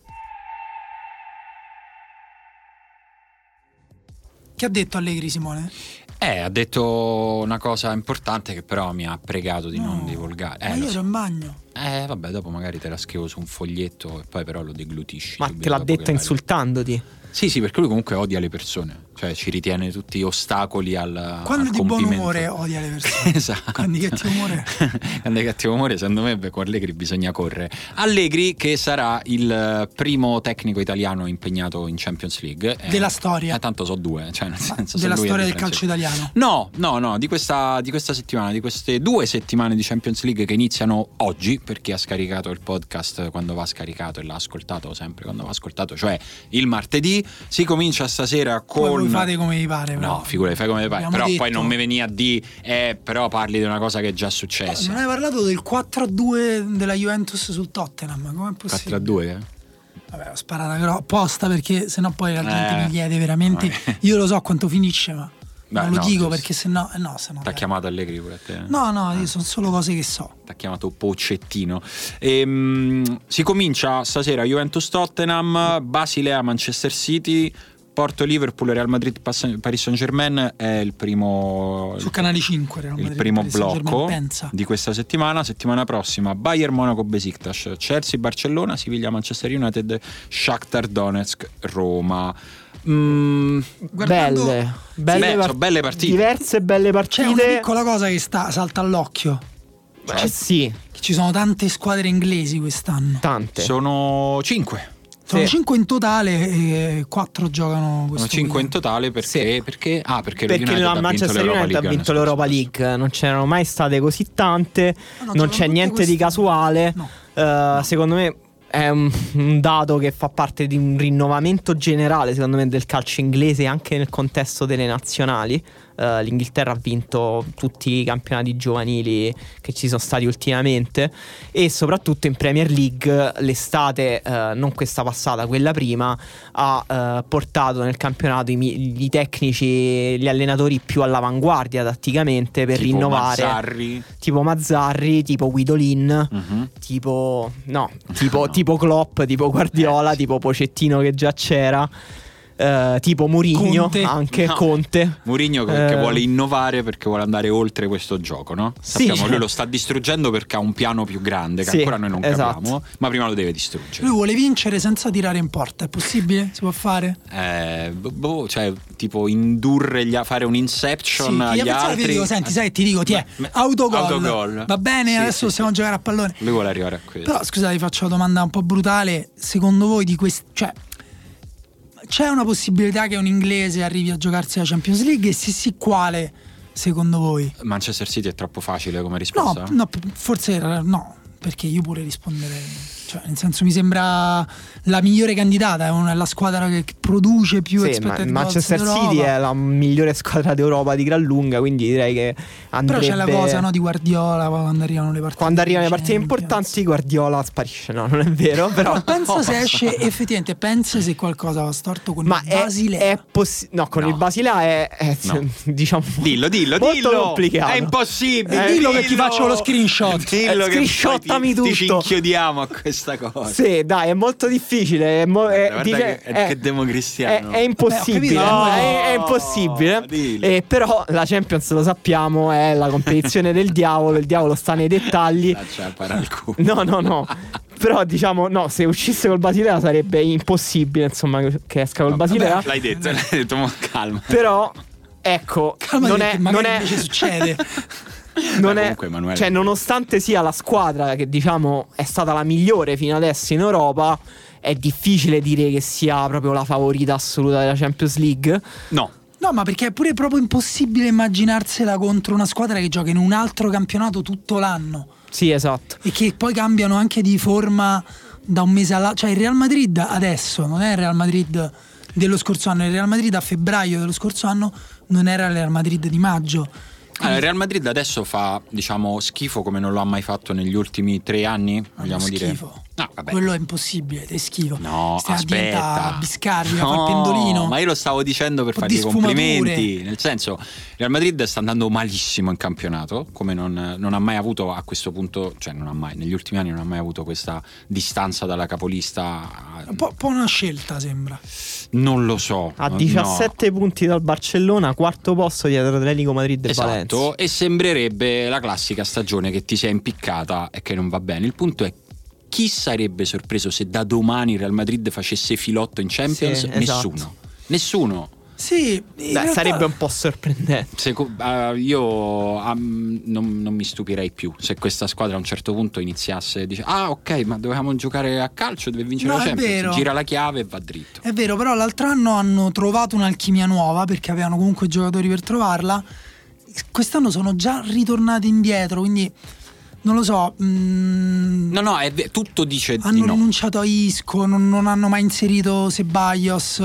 Che ha detto Allegri, Simone? Ha detto una cosa importante che però mi ha pregato di non divulgare. Ma io ero in bagno. Vabbè, dopo magari te la scrivo su un foglietto e poi però lo deglutisci. Ma te l'ha detto insultandoti? Sì, perché lui comunque odia le persone. cioè ci ritiene tutti ostacoli al quando al di buon compimento. umore odia le persone. Esatto. Quando di cattivo umore quando è cattivo umore, secondo me con Allegri bisogna correre. Allegri che sarà il primo tecnico italiano impegnato in Champions League della storia. Tanto so due, cioè nel senso, della lui storia del calcio italiano. No, di questa settimana, di queste 2 settimane di Champions League che iniziano oggi, per chi ha scaricato il podcast quando va scaricato e l'ha ascoltato sempre quando va ascoltato, cioè il martedì. Si comincia stasera con... Voi fate come vi pare, però. No, figurati, fai come vi pare. Abbiamo Però detto... poi non mi veni a di però parli di una cosa che è già successa. Non hai parlato del 4-2 della Juventus sul Tottenham, com'è possibile? 4-2? Vabbè, ho sparata però apposta, perché sennò poi la gente mi chiede veramente. Io lo so quanto finisce, ma non lo dico perché sennò t'ha chiamato Allegri pure a te? No, io sono solo cose che so. T'ha chiamato Pocettino. Si comincia stasera Juventus-Tottenham, Basilea-Manchester City, Porto-Liverpool, Real Madrid-Paris Saint-Germain è il primo... Su Canale 5 Real Madrid, il primo Paris blocco pensa. di questa settimana. Settimana prossima Bayern Monaco-Besiktas, Chelsea-Barcellona, Siviglia-Manchester United, Shakhtar Donetsk-Roma. Belle partite, diverse belle partite. C'è una piccola cosa che salta all'occhio. Sì, che ci sono tante squadre inglesi quest'anno. Tante. Sono 5. Sono 5 in totale e 4 giocano questo. Sono 5 in totale perché? Perché la Manchester United ha vinto l'Europa League. Non c'erano mai state così tante. Non c'è niente di casuale. No. Secondo me è un dato che fa parte di un rinnovamento generale, secondo me, del calcio inglese, anche nel contesto delle nazionali. L'Inghilterra ha vinto tutti i campionati giovanili che ci sono stati ultimamente, e soprattutto in Premier League l'estate, non questa passata, quella prima, ha portato nel campionato i tecnici, gli allenatori più all'avanguardia tatticamente per tipo rinnovare, tipo Mazzarri, tipo Guidolin, tipo tipo Klopp, tipo Guardiola, tipo Pocettino che già c'era. Tipo Mourinho, Conte. Mourinho che vuole innovare perché vuole andare oltre questo gioco, no? Sappiamo, lui lo sta distrugendo perché ha un piano più grande che ancora noi non capiamo, ma prima lo deve distruggere. Lui vuole vincere senza tirare in porta, è possibile? Si può fare? Cioè tipo indurre fare un inception agli altri. Dico, senti, sai, ti dico, autogol. Va bene, adesso possiamo giocare a pallone. Lui vuole arrivare a questo. Però scusate, vi faccio una domanda un po' brutale. Secondo voi di questi, cioè, c'è una possibilità che un inglese arrivi a giocarsi la Champions League? E se sì, quale secondo voi? Manchester City è troppo facile come risposta? No, forse no, perché io pure risponderei. Cioè, nel senso, mi sembra la migliore candidata, è la squadra che produce più expected goals. Manchester City è la migliore squadra d'Europa di gran lunga, quindi direi che andrebbe... Però c'è la cosa, no, di Guardiola quando arrivano le partite. Quando arrivano le partite importanti Guardiola sparisce, no, non è vero, però... pensa se esce effettivamente, pensa se qualcosa va storto con il Basilea. Con il Basilea è diciamo dillo complicato. È impossibile, dillo che ti faccio lo screenshot. Screenshottami tutto. Ti ci inchiodiamo a questa cosa. Sì, dai, è molto difficile. Che democristiano. È impossibile. È impossibile. Però la Champions, lo sappiamo, è la competizione del diavolo. Il diavolo sta nei dettagli. No. Però diciamo, no, se uscisse col Basilea sarebbe impossibile, insomma, che esca col Basilea. L'hai detto, ma calma. Però ecco, non è invece succede. Cioè, nonostante sia la squadra che diciamo è stata la migliore fino adesso in Europa, è difficile dire che sia proprio la favorita assoluta della Champions League. No, ma perché è pure proprio impossibile immaginarsela contro una squadra che gioca in un altro campionato tutto l'anno. Sì, esatto. E che poi cambiano anche di forma da un mese all'altro. Cioè il Real Madrid adesso non è il Real Madrid dello scorso anno. Il Real Madrid a febbraio dello scorso anno non era il Real Madrid di maggio. Allora, il Real Madrid adesso fa, diciamo, schifo come non lo ha mai fatto negli ultimi 3 anni, vogliamo dire. Schifo. No, vabbè. Quello è impossibile, è schifo. No, aspetta. Biscarri, fa il pendolino. Ma io lo stavo dicendo per fargli complimenti. Nel senso, il Real Madrid sta andando malissimo in campionato, come non ha mai avuto a questo punto, cioè non ha mai, negli ultimi anni non ha mai avuto questa distanza dalla capolista. Un po' una scelta, sembra. Non lo so. A 17 punti dal Barcellona, quarto posto dietro Atletico Madrid e Valencia. E sembrerebbe la classica stagione che ti sei impiccata e che non va bene. Il punto è: chi sarebbe sorpreso se da domani il Real Madrid facesse filotto in Champions? Sì, esatto. Nessuno. Sì, sarebbe un po' sorprendente. Io non mi stupirei più se questa squadra a un certo punto iniziasse, dice ok, ma dovevamo giocare a calcio, deve vincere la Champions, gira la chiave e va dritto. È vero, però l'altro anno hanno trovato un'alchimia nuova, perché avevano comunque giocatori per trovarla. Quest'anno sono già ritornati indietro, quindi non lo so. No, tutto dice hanno rinunciato a Isco, non hanno mai inserito Ceballos,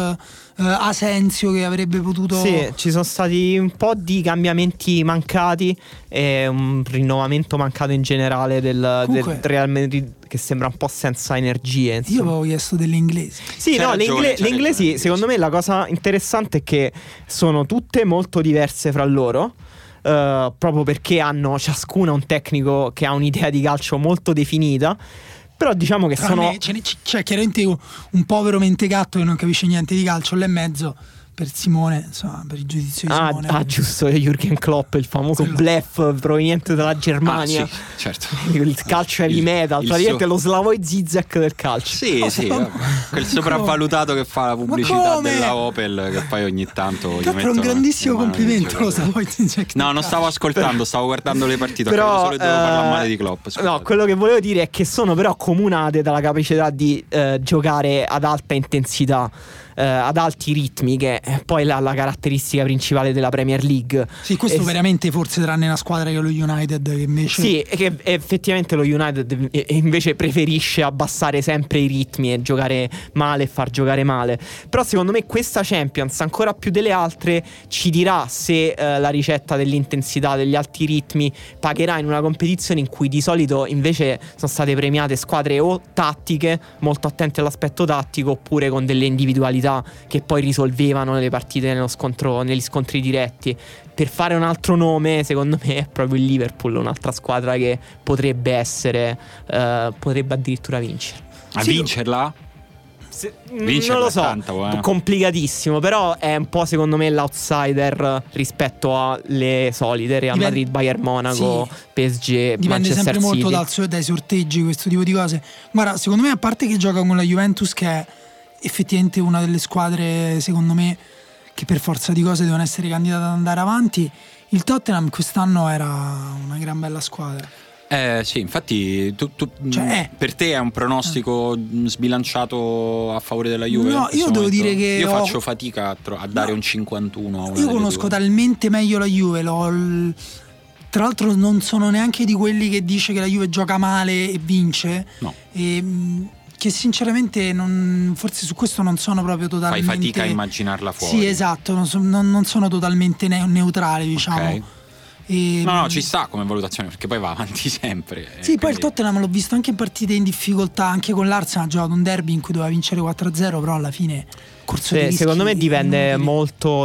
Asensio che avrebbe potuto. Sì, ci sono stati un po' di cambiamenti mancati e un rinnovamento mancato in generale del Real Madrid, che sembra un po' senza energie, insomma. Io avevo chiesto delle inglesi. Sì, le inglesi, secondo me la cosa interessante è che sono tutte molto diverse fra loro. Proprio perché hanno ciascuna un tecnico che ha un'idea di calcio molto definita. Però diciamo che c'è chiaramente un povero mentegatto che non capisce niente di calcio là in mezzo, per Simone, insomma, per il giudizio di Simone. Giusto, Jürgen Klopp, il famoso bluff proveniente dalla Germania. Sì, certo. Il calcio heavy metal, praticamente lo Slavoj Zizek del calcio. Sì, quel sopravvalutato che fa la pubblicità della Opel, che poi ogni tanto gli mettono un grandissimo complimento lo Slavoj Zizek. No, non stavo ascoltando, stavo guardando le partite, però solo devo parlare male di Klopp. Scusate. No, quello che volevo dire è che sono però comunate dalla capacità di giocare ad alta intensità, ad alti ritmi, che è poi la caratteristica principale della Premier League. Sì, questo veramente forse tranne una squadra che lo United, che invece sì, che effettivamente lo United invece preferisce abbassare sempre i ritmi e giocare male e far giocare male. Però secondo me questa Champions, ancora più delle altre, ci dirà se la ricetta dell'intensità, degli alti ritmi pagherà in una competizione in cui di solito invece sono state premiate squadre o tattiche, molto attente all'aspetto tattico, oppure con delle individualità che poi risolvevano le partite negli scontri diretti. Per fare un altro nome, secondo me è proprio il Liverpool, un'altra squadra che potrebbe essere potrebbe addirittura vincere. Vincerla? Non lo so, complicatissimo, però è un po' secondo me l'outsider rispetto alle solite Real Madrid, Bayern Monaco, PSG, dipende Manchester sempre City. molto dai sorteggi, questo tipo di cose. Guarda, secondo me, a parte che gioca con la Juventus, che è effettivamente una delle squadre, secondo me, che per forza di cose devono essere candidate ad andare avanti, il Tottenham quest'anno era una gran bella squadra. Sì, infatti per te è un pronostico sbilanciato a favore della Juve? No, io devo dire che io faccio fatica a dare un 51 a una. Io conosco talmente meglio la Juve, tra l'altro non sono neanche di quelli che dice che la Juve gioca male e vince. No. Che sinceramente forse su questo non sono proprio totalmente. Fai fatica a immaginarla fuori. Sì, esatto, non sono totalmente neutrale, diciamo. Okay. No, ci sta come valutazione, perché poi va avanti sempre. Sì, poi il Tottenham l'ho visto anche in partite in difficoltà, anche con l'Arsenal ha giocato un derby in cui doveva vincere 4-0, però alla fine secondo me dipende molto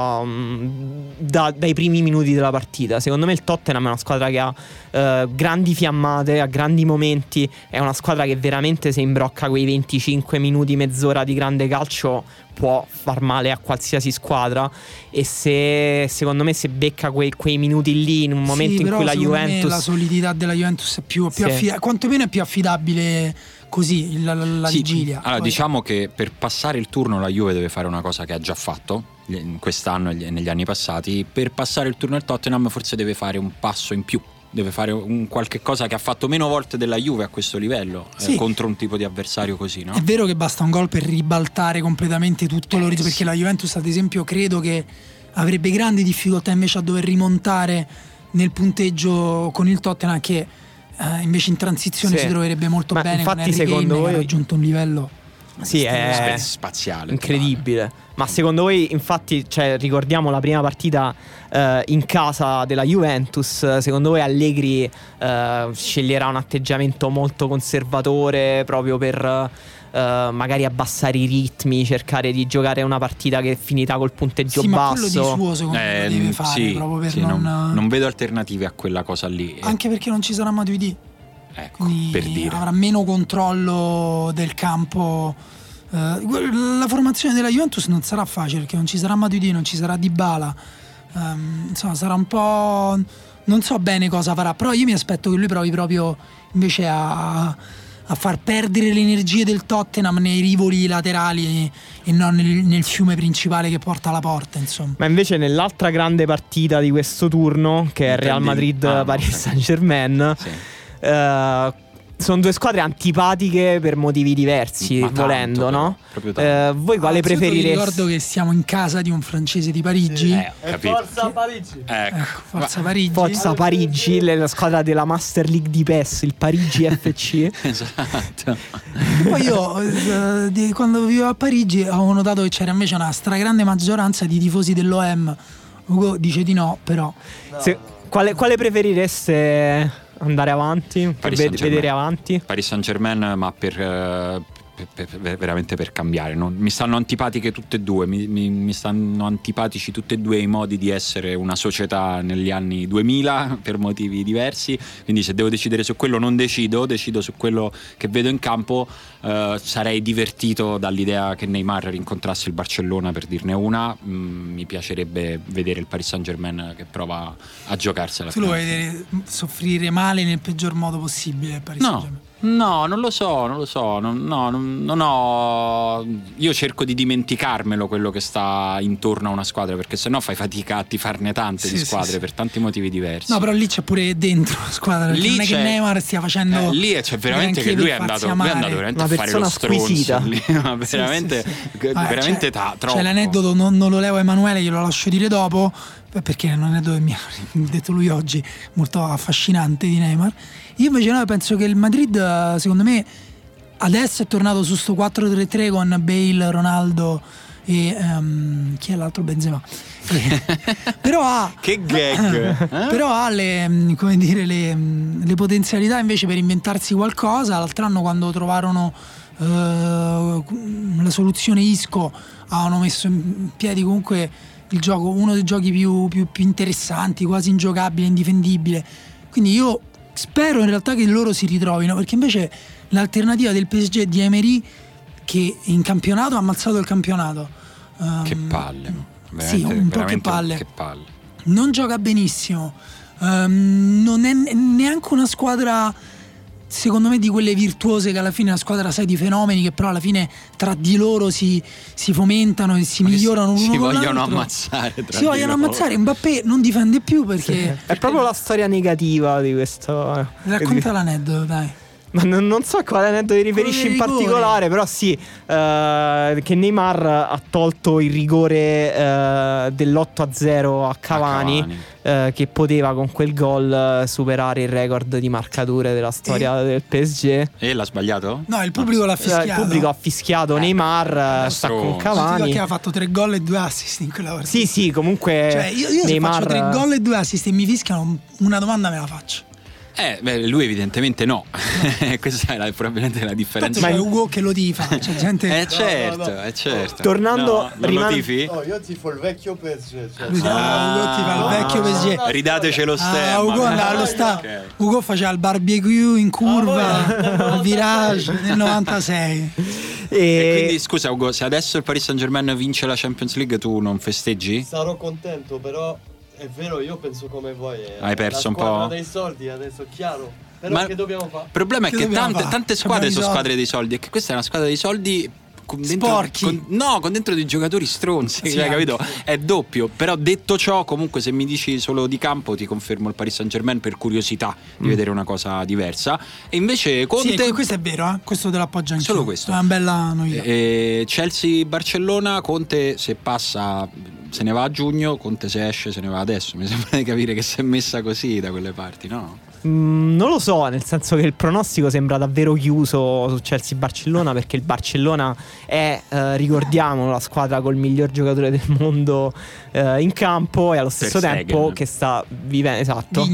dai primi minuti della partita. Secondo me il Tottenham è una squadra che ha grandi fiammate, ha grandi momenti, è una squadra che veramente se imbrocca quei 25 minuti, mezz'ora di grande calcio può far male a qualsiasi squadra, e secondo me se becca quei minuti lì in un momento in cui la Juventus, la solidità della Juventus è più quantomeno è più affidabile così la vigilia. Allora, diciamo che per passare il turno la Juve deve fare una cosa che ha già fatto quest'anno e negli anni passati. Per passare il turno al Tottenham forse deve fare un passo in più, deve fare un qualche cosa che ha fatto meno volte della Juve a questo livello, contro un tipo di avversario così, no? È vero che basta un gol per ribaltare completamente tutto l'orizzonte, perché la Juventus ad esempio credo che avrebbe grandi difficoltà invece a dover rimontare nel punteggio con il Tottenham, che invece in transizione si troverebbe molto bene. Infatti secondo voi ha raggiunto un livello è spaziale, incredibile. Ma secondo voi, infatti, ricordiamo la prima partita in casa della Juventus, secondo voi Allegri sceglierà un atteggiamento molto conservatore proprio per magari abbassare i ritmi, cercare di giocare una partita che è finita col punteggio basso? Ma quello di suo secondo me deve fare, proprio per non vedo alternative a quella cosa lì. Anche perché non ci sarà Matuidi. Ecco, per dire. Avrà meno controllo del campo. La formazione della Juventus non sarà facile, perché non ci sarà Matuidi, non ci sarà Dybala. Insomma, sarà un po', non so bene cosa farà, però io mi aspetto che lui provi proprio invece a a far perdere le energie del Tottenham nei rivoli laterali e non nel fiume principale che porta alla porta, insomma. Ma invece nell'altra grande partita di questo turno, che è Real Madrid-Paris Saint-Germain, sì. Sono due squadre antipatiche per motivi diversi, volendo, no? Voi quale preferireste? Io ricordo che siamo in casa di un francese di Parigi. Forza Parigi. Forza Parigi. Forza Parigi, la squadra della Master League di PES, il Parigi FC. Esatto. Poi io quando vivevo a Parigi avevo notato che c'era invece una stragrande maggioranza di tifosi dell'OM. Ugo dice di no, però. Quale preferireste andare avanti, vedere avanti? Paris Saint-Germain, ma veramente per cambiare. Mi stanno antipatiche tutte e due, mi stanno antipatici tutti e due i modi di essere una società negli anni 2000 per motivi diversi, quindi se devo decidere su quello non decido su quello che vedo in campo. Sarei divertito dall'idea che Neymar rincontrasse il Barcellona, per dirne una. Mi piacerebbe vedere il Paris Saint-Germain che prova a giocarsela. Tu lo vuoi vedere soffrire male nel peggior modo possibile il Paris Saint-Germain? No, non lo so, non ho. Io cerco di dimenticarmelo quello che sta intorno a una squadra, perché sennò fai fatica a tifarne tante di squadre per tanti motivi diversi. No, però lì c'è pure dentro la squadra, lì non è che Neymar stia facendo. Lì c'è veramente che lui è andato veramente a fare lo stronzo lì, veramente troppo. C'è l'aneddoto, non lo levo a Emanuele, glielo lascio dire dopo, perché è un aneddoto che mi ha detto lui oggi, molto affascinante, di Neymar. Io invece penso che il Madrid, secondo me, adesso è tornato su sto 4-3-3 con Bale, Ronaldo e chi è l'altro? Benzema. Però ha che gag! Però ha le potenzialità invece per inventarsi qualcosa. L'altro anno, quando trovarono la soluzione Isco, avevano messo in piedi comunque il gioco, uno dei giochi più interessanti, quasi ingiocabile, indifendibile. Quindi io spero in realtà che loro si ritrovino, perché invece l'alternativa del PSG di Emery, che in campionato ha ammazzato il campionato, che palle, sì, un po' che palle. Non gioca benissimo, non è neanche una squadra, secondo me, di quelle virtuose che alla fine è una squadra, sai, di fenomeni che però alla fine tra di loro si fomentano e si migliorano uno con l'altro. Si vogliono ammazzare. Mbappé non difende più perché è proprio la storia negativa di questo. Racconta l'aneddoto, dai. Ma non so a quale aneddoto ti riferisci in particolare, però sì, che Neymar ha tolto il rigore dell'8-0 a Cavani. Che poteva con quel gol superare il record di marcature della storia del PSG. E l'ha sbagliato? No, il pubblico l'ha fischiato. Il pubblico ha fischiato Neymar, sta con Cavani. Che ha fatto 3 gol e 2 assist in quella partita. Sì, comunque. Cioè, io Neymar... se faccio 3 gol e 2 assist e mi fischiano, una domanda me la faccio. Lui evidentemente no. Questa è probabilmente la differenza. Ma è Ugo che lo tifa, c'è gente. Certo. Tornando, lo tifi? No, io tifo il vecchio PSG. Ugo tifa il vecchio PSG. Ridateci lo stemma. Ugo andava allo stadio. Ugo faceva il barbecue in curva, al virage nel 96. E quindi scusa Ugo, se adesso il Paris Saint-Germain vince la Champions League, tu non festeggi? Sarò contento, però è vero, io penso come voi. Hai perso un po'? dei soldi adesso, chiaro. Però che dobbiamo fare? Il problema è che tante squadre sono squadre dei soldi, e che questa è una squadra dei soldi con dentro, con dentro dei giocatori stronzi, sì, capito? È doppio. Però detto ciò, comunque, se mi dici solo di campo, ti confermo il Paris Saint-Germain per curiosità di vedere una cosa diversa. E invece Conte, sì, questo è vero, questo te l'appoggio anche solo questo. È una bella novità. Chelsea-Barcellona, Conte se passa se ne va a giugno, Conte se esce se ne va adesso. Mi sembra di capire che si è messa così da quelle parti, no? Non lo so, nel senso che il pronostico sembra davvero chiuso su Chelsea-Barcellona, perché il Barcellona è, ricordiamolo, la squadra col miglior giocatore del mondo in campo, e allo stesso tempo che sta vivendo, esatto,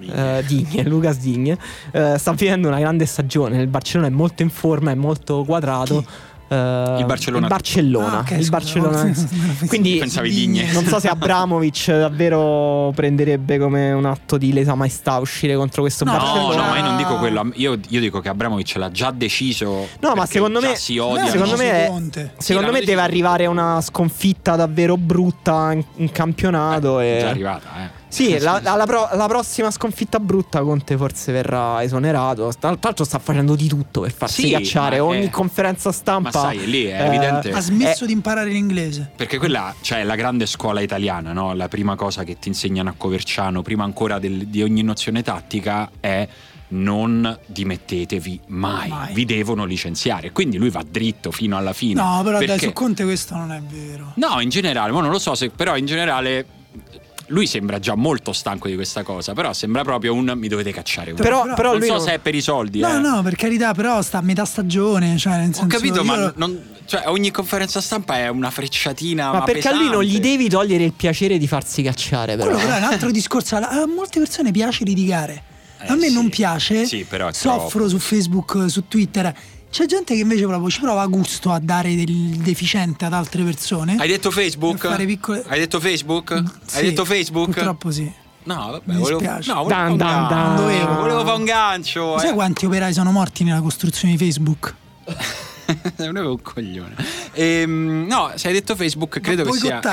Lucas Digne, sta vivendo una grande stagione. Il Barcellona è molto in forma, è molto quadrato. Il Barcellona. Okay, il Barcellona. Quindi non so se Abramovic davvero prenderebbe come un atto di lesa maestà uscire contro questo Barcellona. No, ma io non dico quello. Io dico che Abramovic l'ha già deciso. No, ma secondo me si odia. Secondo me deve arrivare una sconfitta davvero brutta in campionato. È già arrivata, Sì, la prossima sconfitta brutta Conte forse verrà esonerato. Tra l'altro sta facendo di tutto per farsi cacciare. Ogni conferenza stampa. Ma sai, lì è evidente. Ha smesso di imparare l'inglese. Perché quella, cioè, è la grande scuola italiana, no? La prima cosa che ti insegnano a Coverciano, prima ancora di ogni nozione tattica, è: non dimettetevi mai, vi devono licenziare. Quindi lui va dritto fino alla fine. No, però dai, su Conte questo non è vero. No, in generale, ma non lo so se, però in generale lui sembra già molto stanco di questa cosa, però sembra proprio mi dovete cacciare. Però non so se è per i soldi. No, per carità, però sta a metà stagione, cioè nel senso, ho capito, ma cioè, ogni conferenza stampa è una frecciatina. Ma perché pesante. a lui non gli devi togliere il piacere di farsi cacciare, però. Quello però è un altro discorso. A molte persone piace litigare. A me non piace. Sì, però soffro su Facebook, su Twitter. C'è gente che invece proprio ci prova a gusto a dare del deficiente ad altre persone. Hai detto Facebook? Hai detto Facebook? Sì, hai detto Facebook? Purtroppo sì. No, vabbè, mi volevo un gancio. Sai quanti operai sono morti nella costruzione di Facebook? Non avevo un coglione. No, se hai detto Facebook, credo che sia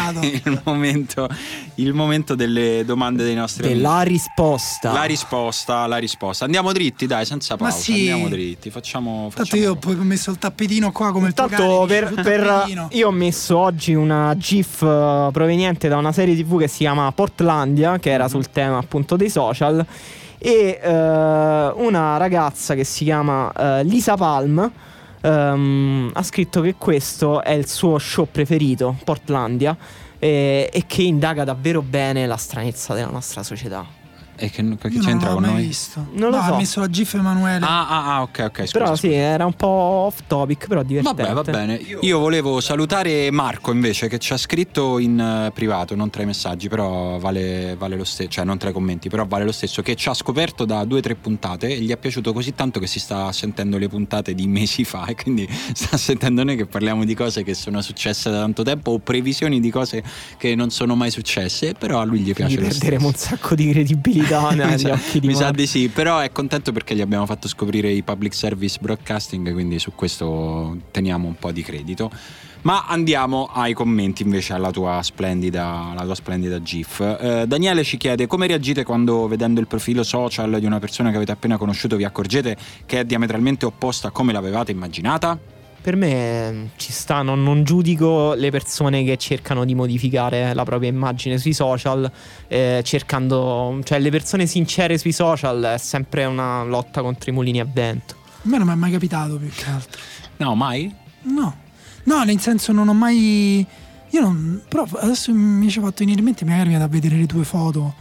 il momento delle domande dei nostri amici. La risposta. La risposta. Andiamo dritti, dai, senza pausa. Ma sì. Andiamo dritti. Facciamo. Tanto io poi ho messo il tappetino qua come il tuo cane. Io ho messo oggi una GIF proveniente da una serie TV che si chiama Portlandia, che era sul tema appunto dei social. E una ragazza che si chiama Lisa Palm ha scritto che questo è il suo show preferito, Portlandia, e che indaga davvero bene la stranezza della nostra società. E che c'entra con noi? Visto. Non lo so. Ha messo la GIF Emanuele. Ok, scusa. Però sì, era un po' off topic, però divertente. Vabbè, va bene. Io volevo salutare Marco invece, che ci ha scritto in privato, non tra i messaggi, però vale lo stesso, cioè non tra i commenti, però vale lo stesso, che ci ha scoperto da 2 o 3 puntate e gli è piaciuto così tanto che si sta sentendo le puntate di mesi fa e quindi sta sentendo noi che parliamo di cose che sono successe da tanto tempo o previsioni di cose che non sono mai successe, però a lui gli piace lo stesso. Perderemo un sacco di credibilità negli occhi di mi sa di sì, però è contento perché gli abbiamo fatto scoprire i public service broadcasting, quindi su questo teniamo un po' di credito. Ma andiamo ai commenti invece alla tua splendida GIF. Daniele ci chiede: come reagite quando, vedendo il profilo social di una persona che avete appena conosciuto, vi accorgete che è diametralmente opposta a come l'avevate immaginata? Per me ci sta, non giudico le persone che cercano di modificare la propria immagine sui social, cercando, cioè le persone sincere sui social è sempre una lotta contro i mulini a vento. A me non mi è mai capitato, più che altro. No, mai? No, nel senso non ho mai. Io non. Però adesso mi ci ha fatto venire in mente, magari mi vado a vedere le tue foto.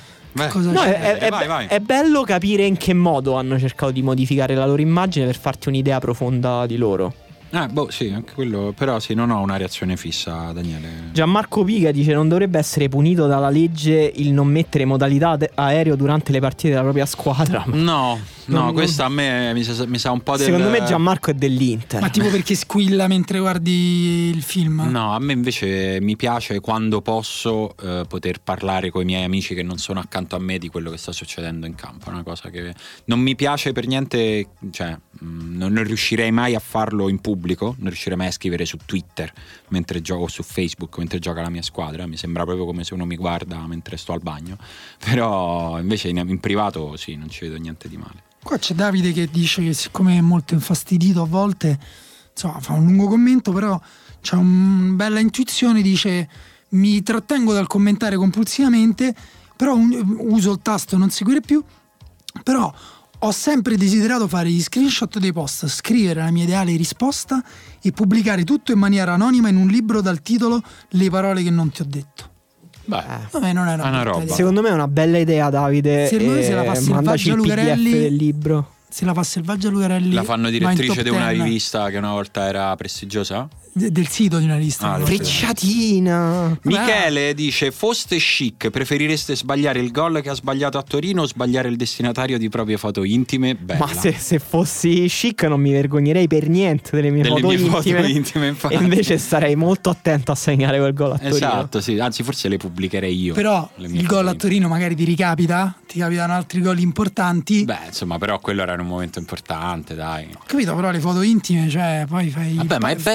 È bello capire in che modo hanno cercato di modificare la loro immagine per farti un'idea profonda di loro. Sì, anche quello. Però sì, non ho una reazione fissa, Daniele. Gianmarco Piga dice: non dovrebbe essere punito dalla legge il non mettere modalità aereo durante le partite della propria squadra? No, questa a me mi sa un po' del... Secondo me Gianmarco è dell'Inter. Ma tipo perché squilla mentre guardi il film? No, a me invece mi piace quando posso poter parlare con i miei amici che non sono accanto a me di quello che sta succedendo in campo. È una cosa che non mi piace per niente, cioè non riuscirei mai a farlo in pubblico, non riuscirei mai a scrivere su Twitter mentre gioco, su Facebook mentre gioca la mia squadra. Mi sembra proprio come se uno mi guarda mentre sto al bagno. Però invece in privato sì, non ci vedo niente di male. Qua c'è Davide che dice che siccome è molto infastidito a volte, insomma, fa un lungo commento, però c'ha una bella intuizione, dice: mi trattengo dal commentare compulsivamente, però uso il tasto non seguire più, però ho sempre desiderato fare gli screenshot dei post, scrivere la mia ideale risposta e pubblicare tutto in maniera anonima in un libro dal titolo Le parole che non ti ho detto. Beh, non è una roba. Secondo me è una bella idea, Davide. Se la fa mandaci il PDF del libro. Se la fa Selvaggia Lucarelli. La fanno direttrice di una rivista che una volta era prestigiosa? Del sito di una rivista. Frecciatina. Michele dice: foste chic, preferireste sbagliare il gol che ha sbagliato a Torino o sbagliare il destinatario di proprie foto intime? Bella. Ma se fossi chic non mi vergognerei per niente delle mie foto intime infatti. E invece starei molto attento a segnare quel gol a Torino. Esatto, sì, anzi forse le pubblicherei io. Però il gol a Torino magari ti ricapita, ti capitano altri gol importanti. Beh, insomma, però quello era in un momento importante, dai. Ho capito, però le foto intime, cioè poi fai. Vabbè, ma è bello, ma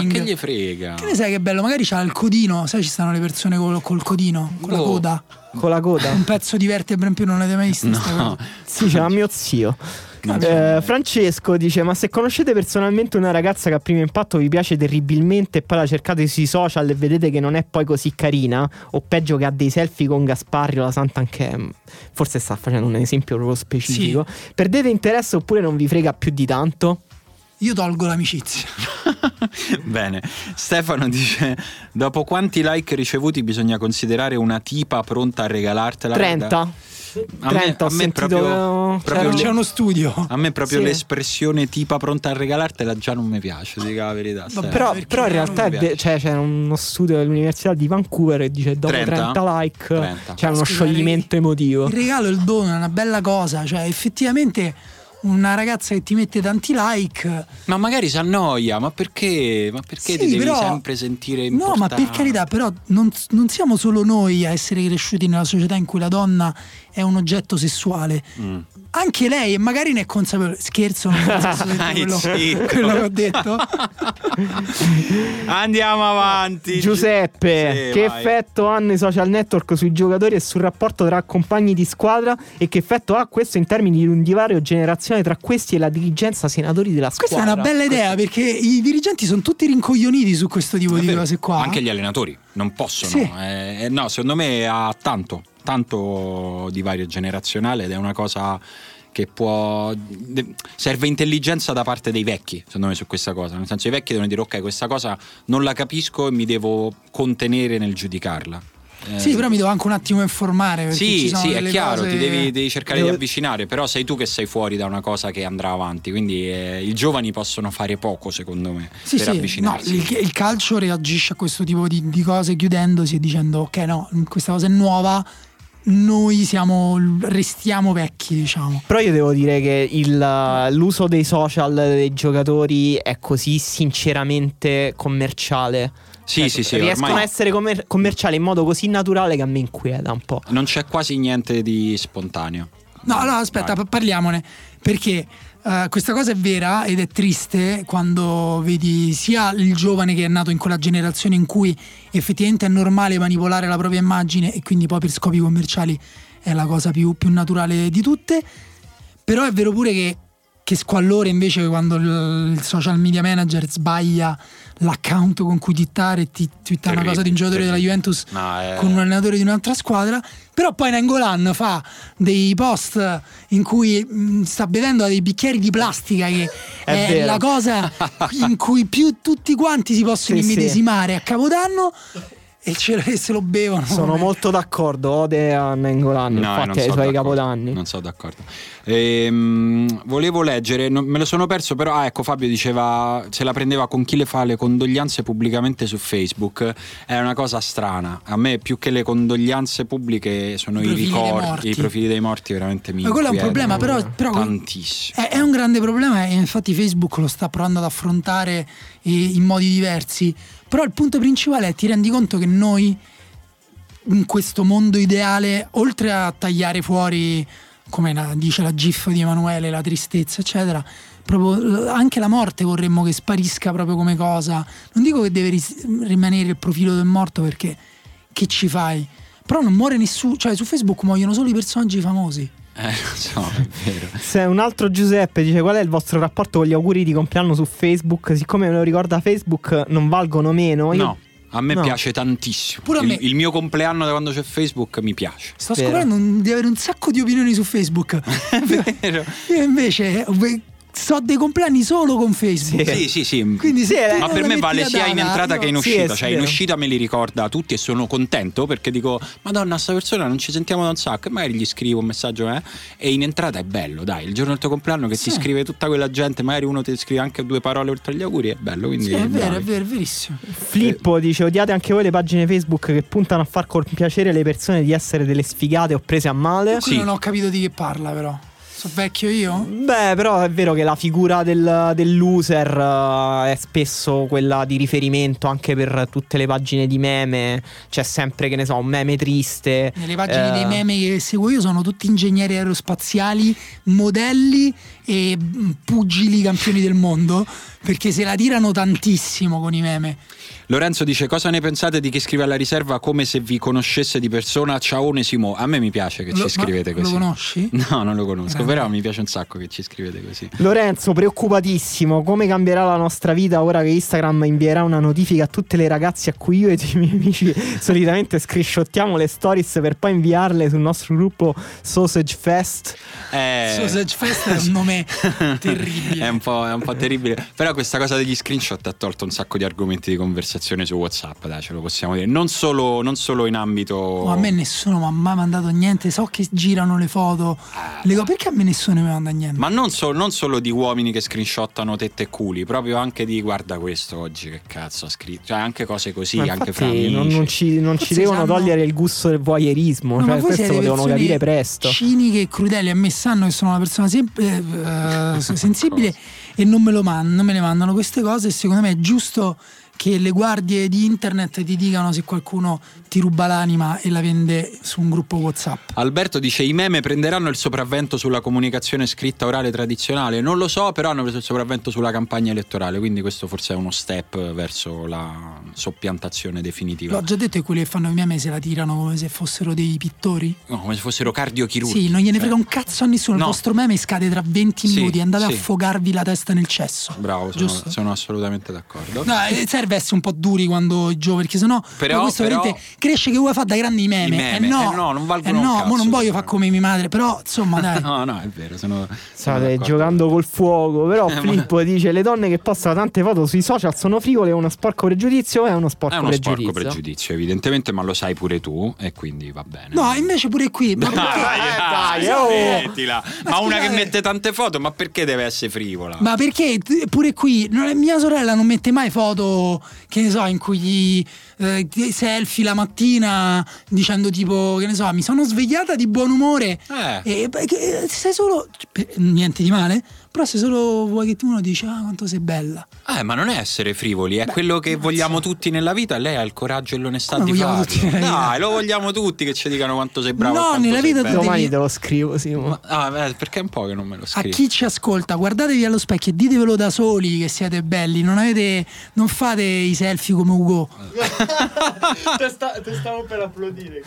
marketing. Ma che gli frega? Che ne sai che bello? Magari c'ha il codino, sai, ci stanno le persone col codino, con la coda. Con la coda. Un pezzo di vertebra in più, non l'avete mai visto? No. Sì, c'era mio zio. Francesco dice: ma se conoscete personalmente una ragazza che a primo impatto vi piace terribilmente e poi la cercate sui social e vedete che non è poi così carina, o peggio che ha dei selfie con Gasparri o la Santa, anche forse sta facendo un esempio proprio specifico, perdete interesse oppure non vi frega più di tanto? Io tolgo l'amicizia. Bene. Stefano dice: dopo quanti like ricevuti bisogna considerare una tipa pronta a regalartela? 30. A me proprio c'è uno studio. A me proprio l'espressione tipa pronta a regalartela già non mi piace, dico la verità. Però in realtà c'è uno studio dell'Università di Vancouver che dice dopo 30 like c'è uno scioglimento emotivo. Il regalo, il dono è una bella cosa, cioè effettivamente una ragazza che ti mette tanti like, ma magari si annoia, ma perché ti devi sempre sentire importante? No, ma per carità, però non siamo solo noi a essere cresciuti nella società in cui la donna è un oggetto sessuale. Anche lei, e magari ne è consapevole. Scherzo, non quello che ho detto. Andiamo avanti. Giuseppe, che effetto hanno i social network sui giocatori e sul rapporto tra compagni di squadra, e che effetto ha questo in termini di un divario generazionale tra questi e la dirigenza senatori della squadra? Questa è una bella idea, perché i dirigenti sono tutti rincoglioniti su questo tipo di cose qua. Anche gli allenatori non possono. No, secondo me ha tanto divario generazionale, ed è una cosa che serve intelligenza da parte dei vecchi, secondo me, su questa cosa. Nel senso, i vecchi devono dire: ok, questa cosa non la capisco e mi devo contenere nel giudicarla. Sì, però mi devo anche un attimo informare. Sì, è chiaro, cose... ti devi cercare di avvicinare, però sei tu che sei fuori da una cosa che andrà avanti, quindi i giovani possono fare poco, secondo me, per avvicinarsi. No, il calcio reagisce a questo tipo di cose chiudendosi e dicendo: ok, no, questa cosa è nuova, noi restiamo vecchi, diciamo. Però io devo dire che l'uso dei social dei giocatori è così sinceramente commerciale. Sì, riescono a essere commerciali in modo così naturale che a me inquieta un po'. Non c'è quasi niente di spontaneo. No, allora aspetta, parliamone, perché questa cosa è vera ed è triste quando vedi sia il giovane che è nato in quella generazione in cui effettivamente è normale manipolare la propria immagine, e quindi poi per scopi commerciali è la cosa più naturale di tutte. Però è vero pure che squallore invece quando il social media manager sbaglia l'account con cui twittare e ti twitta una cosa di un giocatore della Juventus con un allenatore di un'altra squadra. Però poi Nainggolan fa dei post in cui sta bevendo dei bicchieri di plastica, che è la cosa in cui più tutti quanti si possono immedesimare a Capodanno, e se lo bevono. Sono molto d'accordo, ode a Nainggolan, infatti ai suoi capodanni. Non sono d'accordo. Volevo leggere, me lo sono perso, però ecco, Fabio diceva se la prendeva con chi le fa le condoglianze pubblicamente su Facebook. È una cosa strana. A me più che le condoglianze pubbliche sono i ricordi, i profili dei morti, veramente mi quello è un problema, però tantissimo. È un grande problema, e infatti Facebook lo sta provando ad affrontare in modi diversi. Però il punto principale è: ti rendi conto che noi in questo mondo ideale, oltre a tagliare fuori, come dice la GIF di Emanuele, la tristezza eccetera, proprio anche la morte vorremmo che sparisca proprio come cosa. Non dico che deve rimanere il profilo del morto, perché che ci fai? Però non muore nessuno, cioè su Facebook muoiono solo i personaggi famosi. Lo so, è vero. Se un altro Giuseppe dice: qual è il vostro rapporto con gli auguri di compleanno su Facebook? Siccome me lo ricorda Facebook, non valgono meno? No, a me piace tantissimo. Pure a me. Il mio compleanno da quando c'è Facebook mi piace. Sto scoprendo di avere un sacco di opinioni su Facebook. È vero. Io invece so dei compleanni solo con Facebook. Sì. Quindi ma per me vale sia in entrata che in uscita. Sì, in uscita me li ricorda tutti e sono contento, perché dico: Madonna, sta persona non ci sentiamo da un sacco, e magari gli scrivo un messaggio, e in entrata è bello, dai, il giorno del tuo compleanno che ti scrive tutta quella gente, magari uno ti scrive anche 2 parole oltre agli auguri, è bello. Quindi è vero, è verissimo. Flippo dice: odiate anche voi le pagine Facebook che puntano a far compiacere le persone di essere delle sfigate o prese a male? Qui non ho capito di che parla, però. Sono vecchio io? Beh, però è vero che la figura del loser è spesso quella di riferimento anche per tutte le pagine di meme. C'è sempre, che ne so, un meme triste. Nelle pagine dei meme che seguo io sono tutti ingegneri aerospaziali, modelli e pugili campioni del mondo, perché se la tirano tantissimo con i meme. Lorenzo dice: cosa ne pensate di chi scrive alla riserva come se vi conoscesse di persona? Ciao Onesimo. A me mi piace che ci scrivete così. Lo conosci? No, non lo conosco, però mi piace un sacco che ci scrivete così. Lorenzo, preoccupatissimo, come cambierà la nostra vita ora che Instagram invierà una notifica a tutte le ragazze a cui io e i miei amici solitamente screenshottiamo le stories per poi inviarle sul nostro gruppo Sausage Fest. Sausage Fest è un nome terribile. È un po' terribile. Però questa cosa degli screenshot ha tolto un sacco di argomenti di conversazione su WhatsApp, dai, ce lo possiamo dire. Non solo in ambito. A me nessuno mi ha mai mandato niente. So che girano le foto. Perché a me nessuno mi manda niente? Ma non solo di uomini che screenshottano tette e culi, proprio anche di guarda questo oggi che cazzo ha scritto. Cioè anche cose così, anche fra amici. Non ci devono togliere il gusto del voyeurismo. Cioè, questo lo devono capire presto. Ciniche e crudeli, a me sanno che sono una persona sempre sensibile e non me le mandano queste cose. E secondo me è giusto che le guardie di internet ti dicano se qualcuno ti ruba l'anima e la vende su un gruppo WhatsApp. Alberto dice: i meme prenderanno il sopravvento sulla comunicazione scritta orale tradizionale? Non lo so, però hanno preso il sopravvento sulla campagna elettorale, quindi questo forse è uno step verso la soppiantazione definitiva. L'ho già detto che quelli che fanno i meme se la tirano come se fossero dei pittori? No, come se fossero cardiochirurgi. Sì, non gliene frega un cazzo a nessuno. No. Il vostro meme scade tra 20 minuti, andate a affogarvi la testa nel cesso. Bravo, sono assolutamente d'accordo. No, serve essere un po' duri quando i giovani, perché sennò questo veramente cresce che vuoi fare da grandi meme. No, non valgono un cazzo, non voglio fare come mia madre, però insomma dai. no, è vero, state giocando col fuoco. Però Filippo dice: le donne che postano tante foto sui social sono frivole, è uno sporco pregiudizio? È uno sporco pregiudizio, evidentemente, ma lo sai pure tu e quindi va bene. No, invece pure qui smettila. Ma una che mette tante foto, ma perché deve essere frivola? Ma perché pure qui mia sorella non mette mai foto, che ne so, in cui selfie la mattina dicendo tipo, che ne so, mi sono svegliata di buon umore e sei solo, niente di male, però se solo vuoi che uno dice quanto sei bella. Ma non è essere frivoli, è quello che vogliamo tutti nella vita. Lei ha il coraggio e l'onestà di farlo. Dai, lo vogliamo tutti che ci dicano quanto sei bravo. No, nella vita domani te lo scrivo, Simo. Perché è un po' che non me lo scrivi. A chi ci ascolta, guardatevi allo specchio e ditevelo da soli che siete belli. Non fate i selfie come Ugo. Te stavo per applaudire.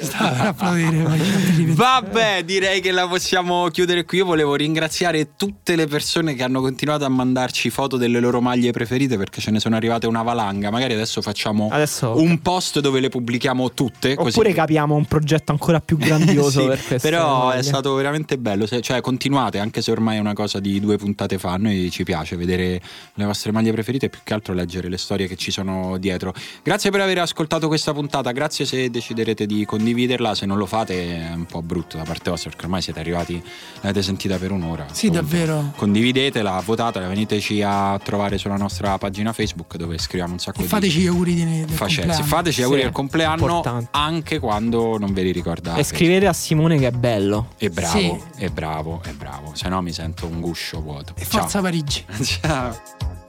Vabbè, direi che la possiamo chiudere qui. Io volevo ringraziare tutte le persone che hanno continuato a mandarci foto delle loro maglie preferite, perché ce ne sono arrivate una valanga. Magari adesso facciamo un post dove le pubblichiamo tutte, oppure così capiamo un progetto ancora più grandioso. sì, per questo. Però è stato veramente bello. Cioè continuate, anche se ormai è una cosa di 2 puntate fa. A noi ci piace vedere le vostre maglie preferite e più che altro leggere le storie che ci sono dietro. Grazie per aver ascoltato questa puntata, grazie se deciderete di condividerla. Se non lo fate è un po' brutto da parte vostra, perché ormai siete arrivati, l'avete sentita per un'ora. Sì, davvero. Condividetela, votatela, veniteci a trovare sulla nostra pagina Facebook, dove scriviamo un sacco fateci gli auguri del compleanno. Fateci gli auguri del compleanno, anche quando non ve li ricordate. E scrivete a Simone che è bello. È bravo, è bravo. Se no mi sento un guscio vuoto. E forza Parigi. Ciao.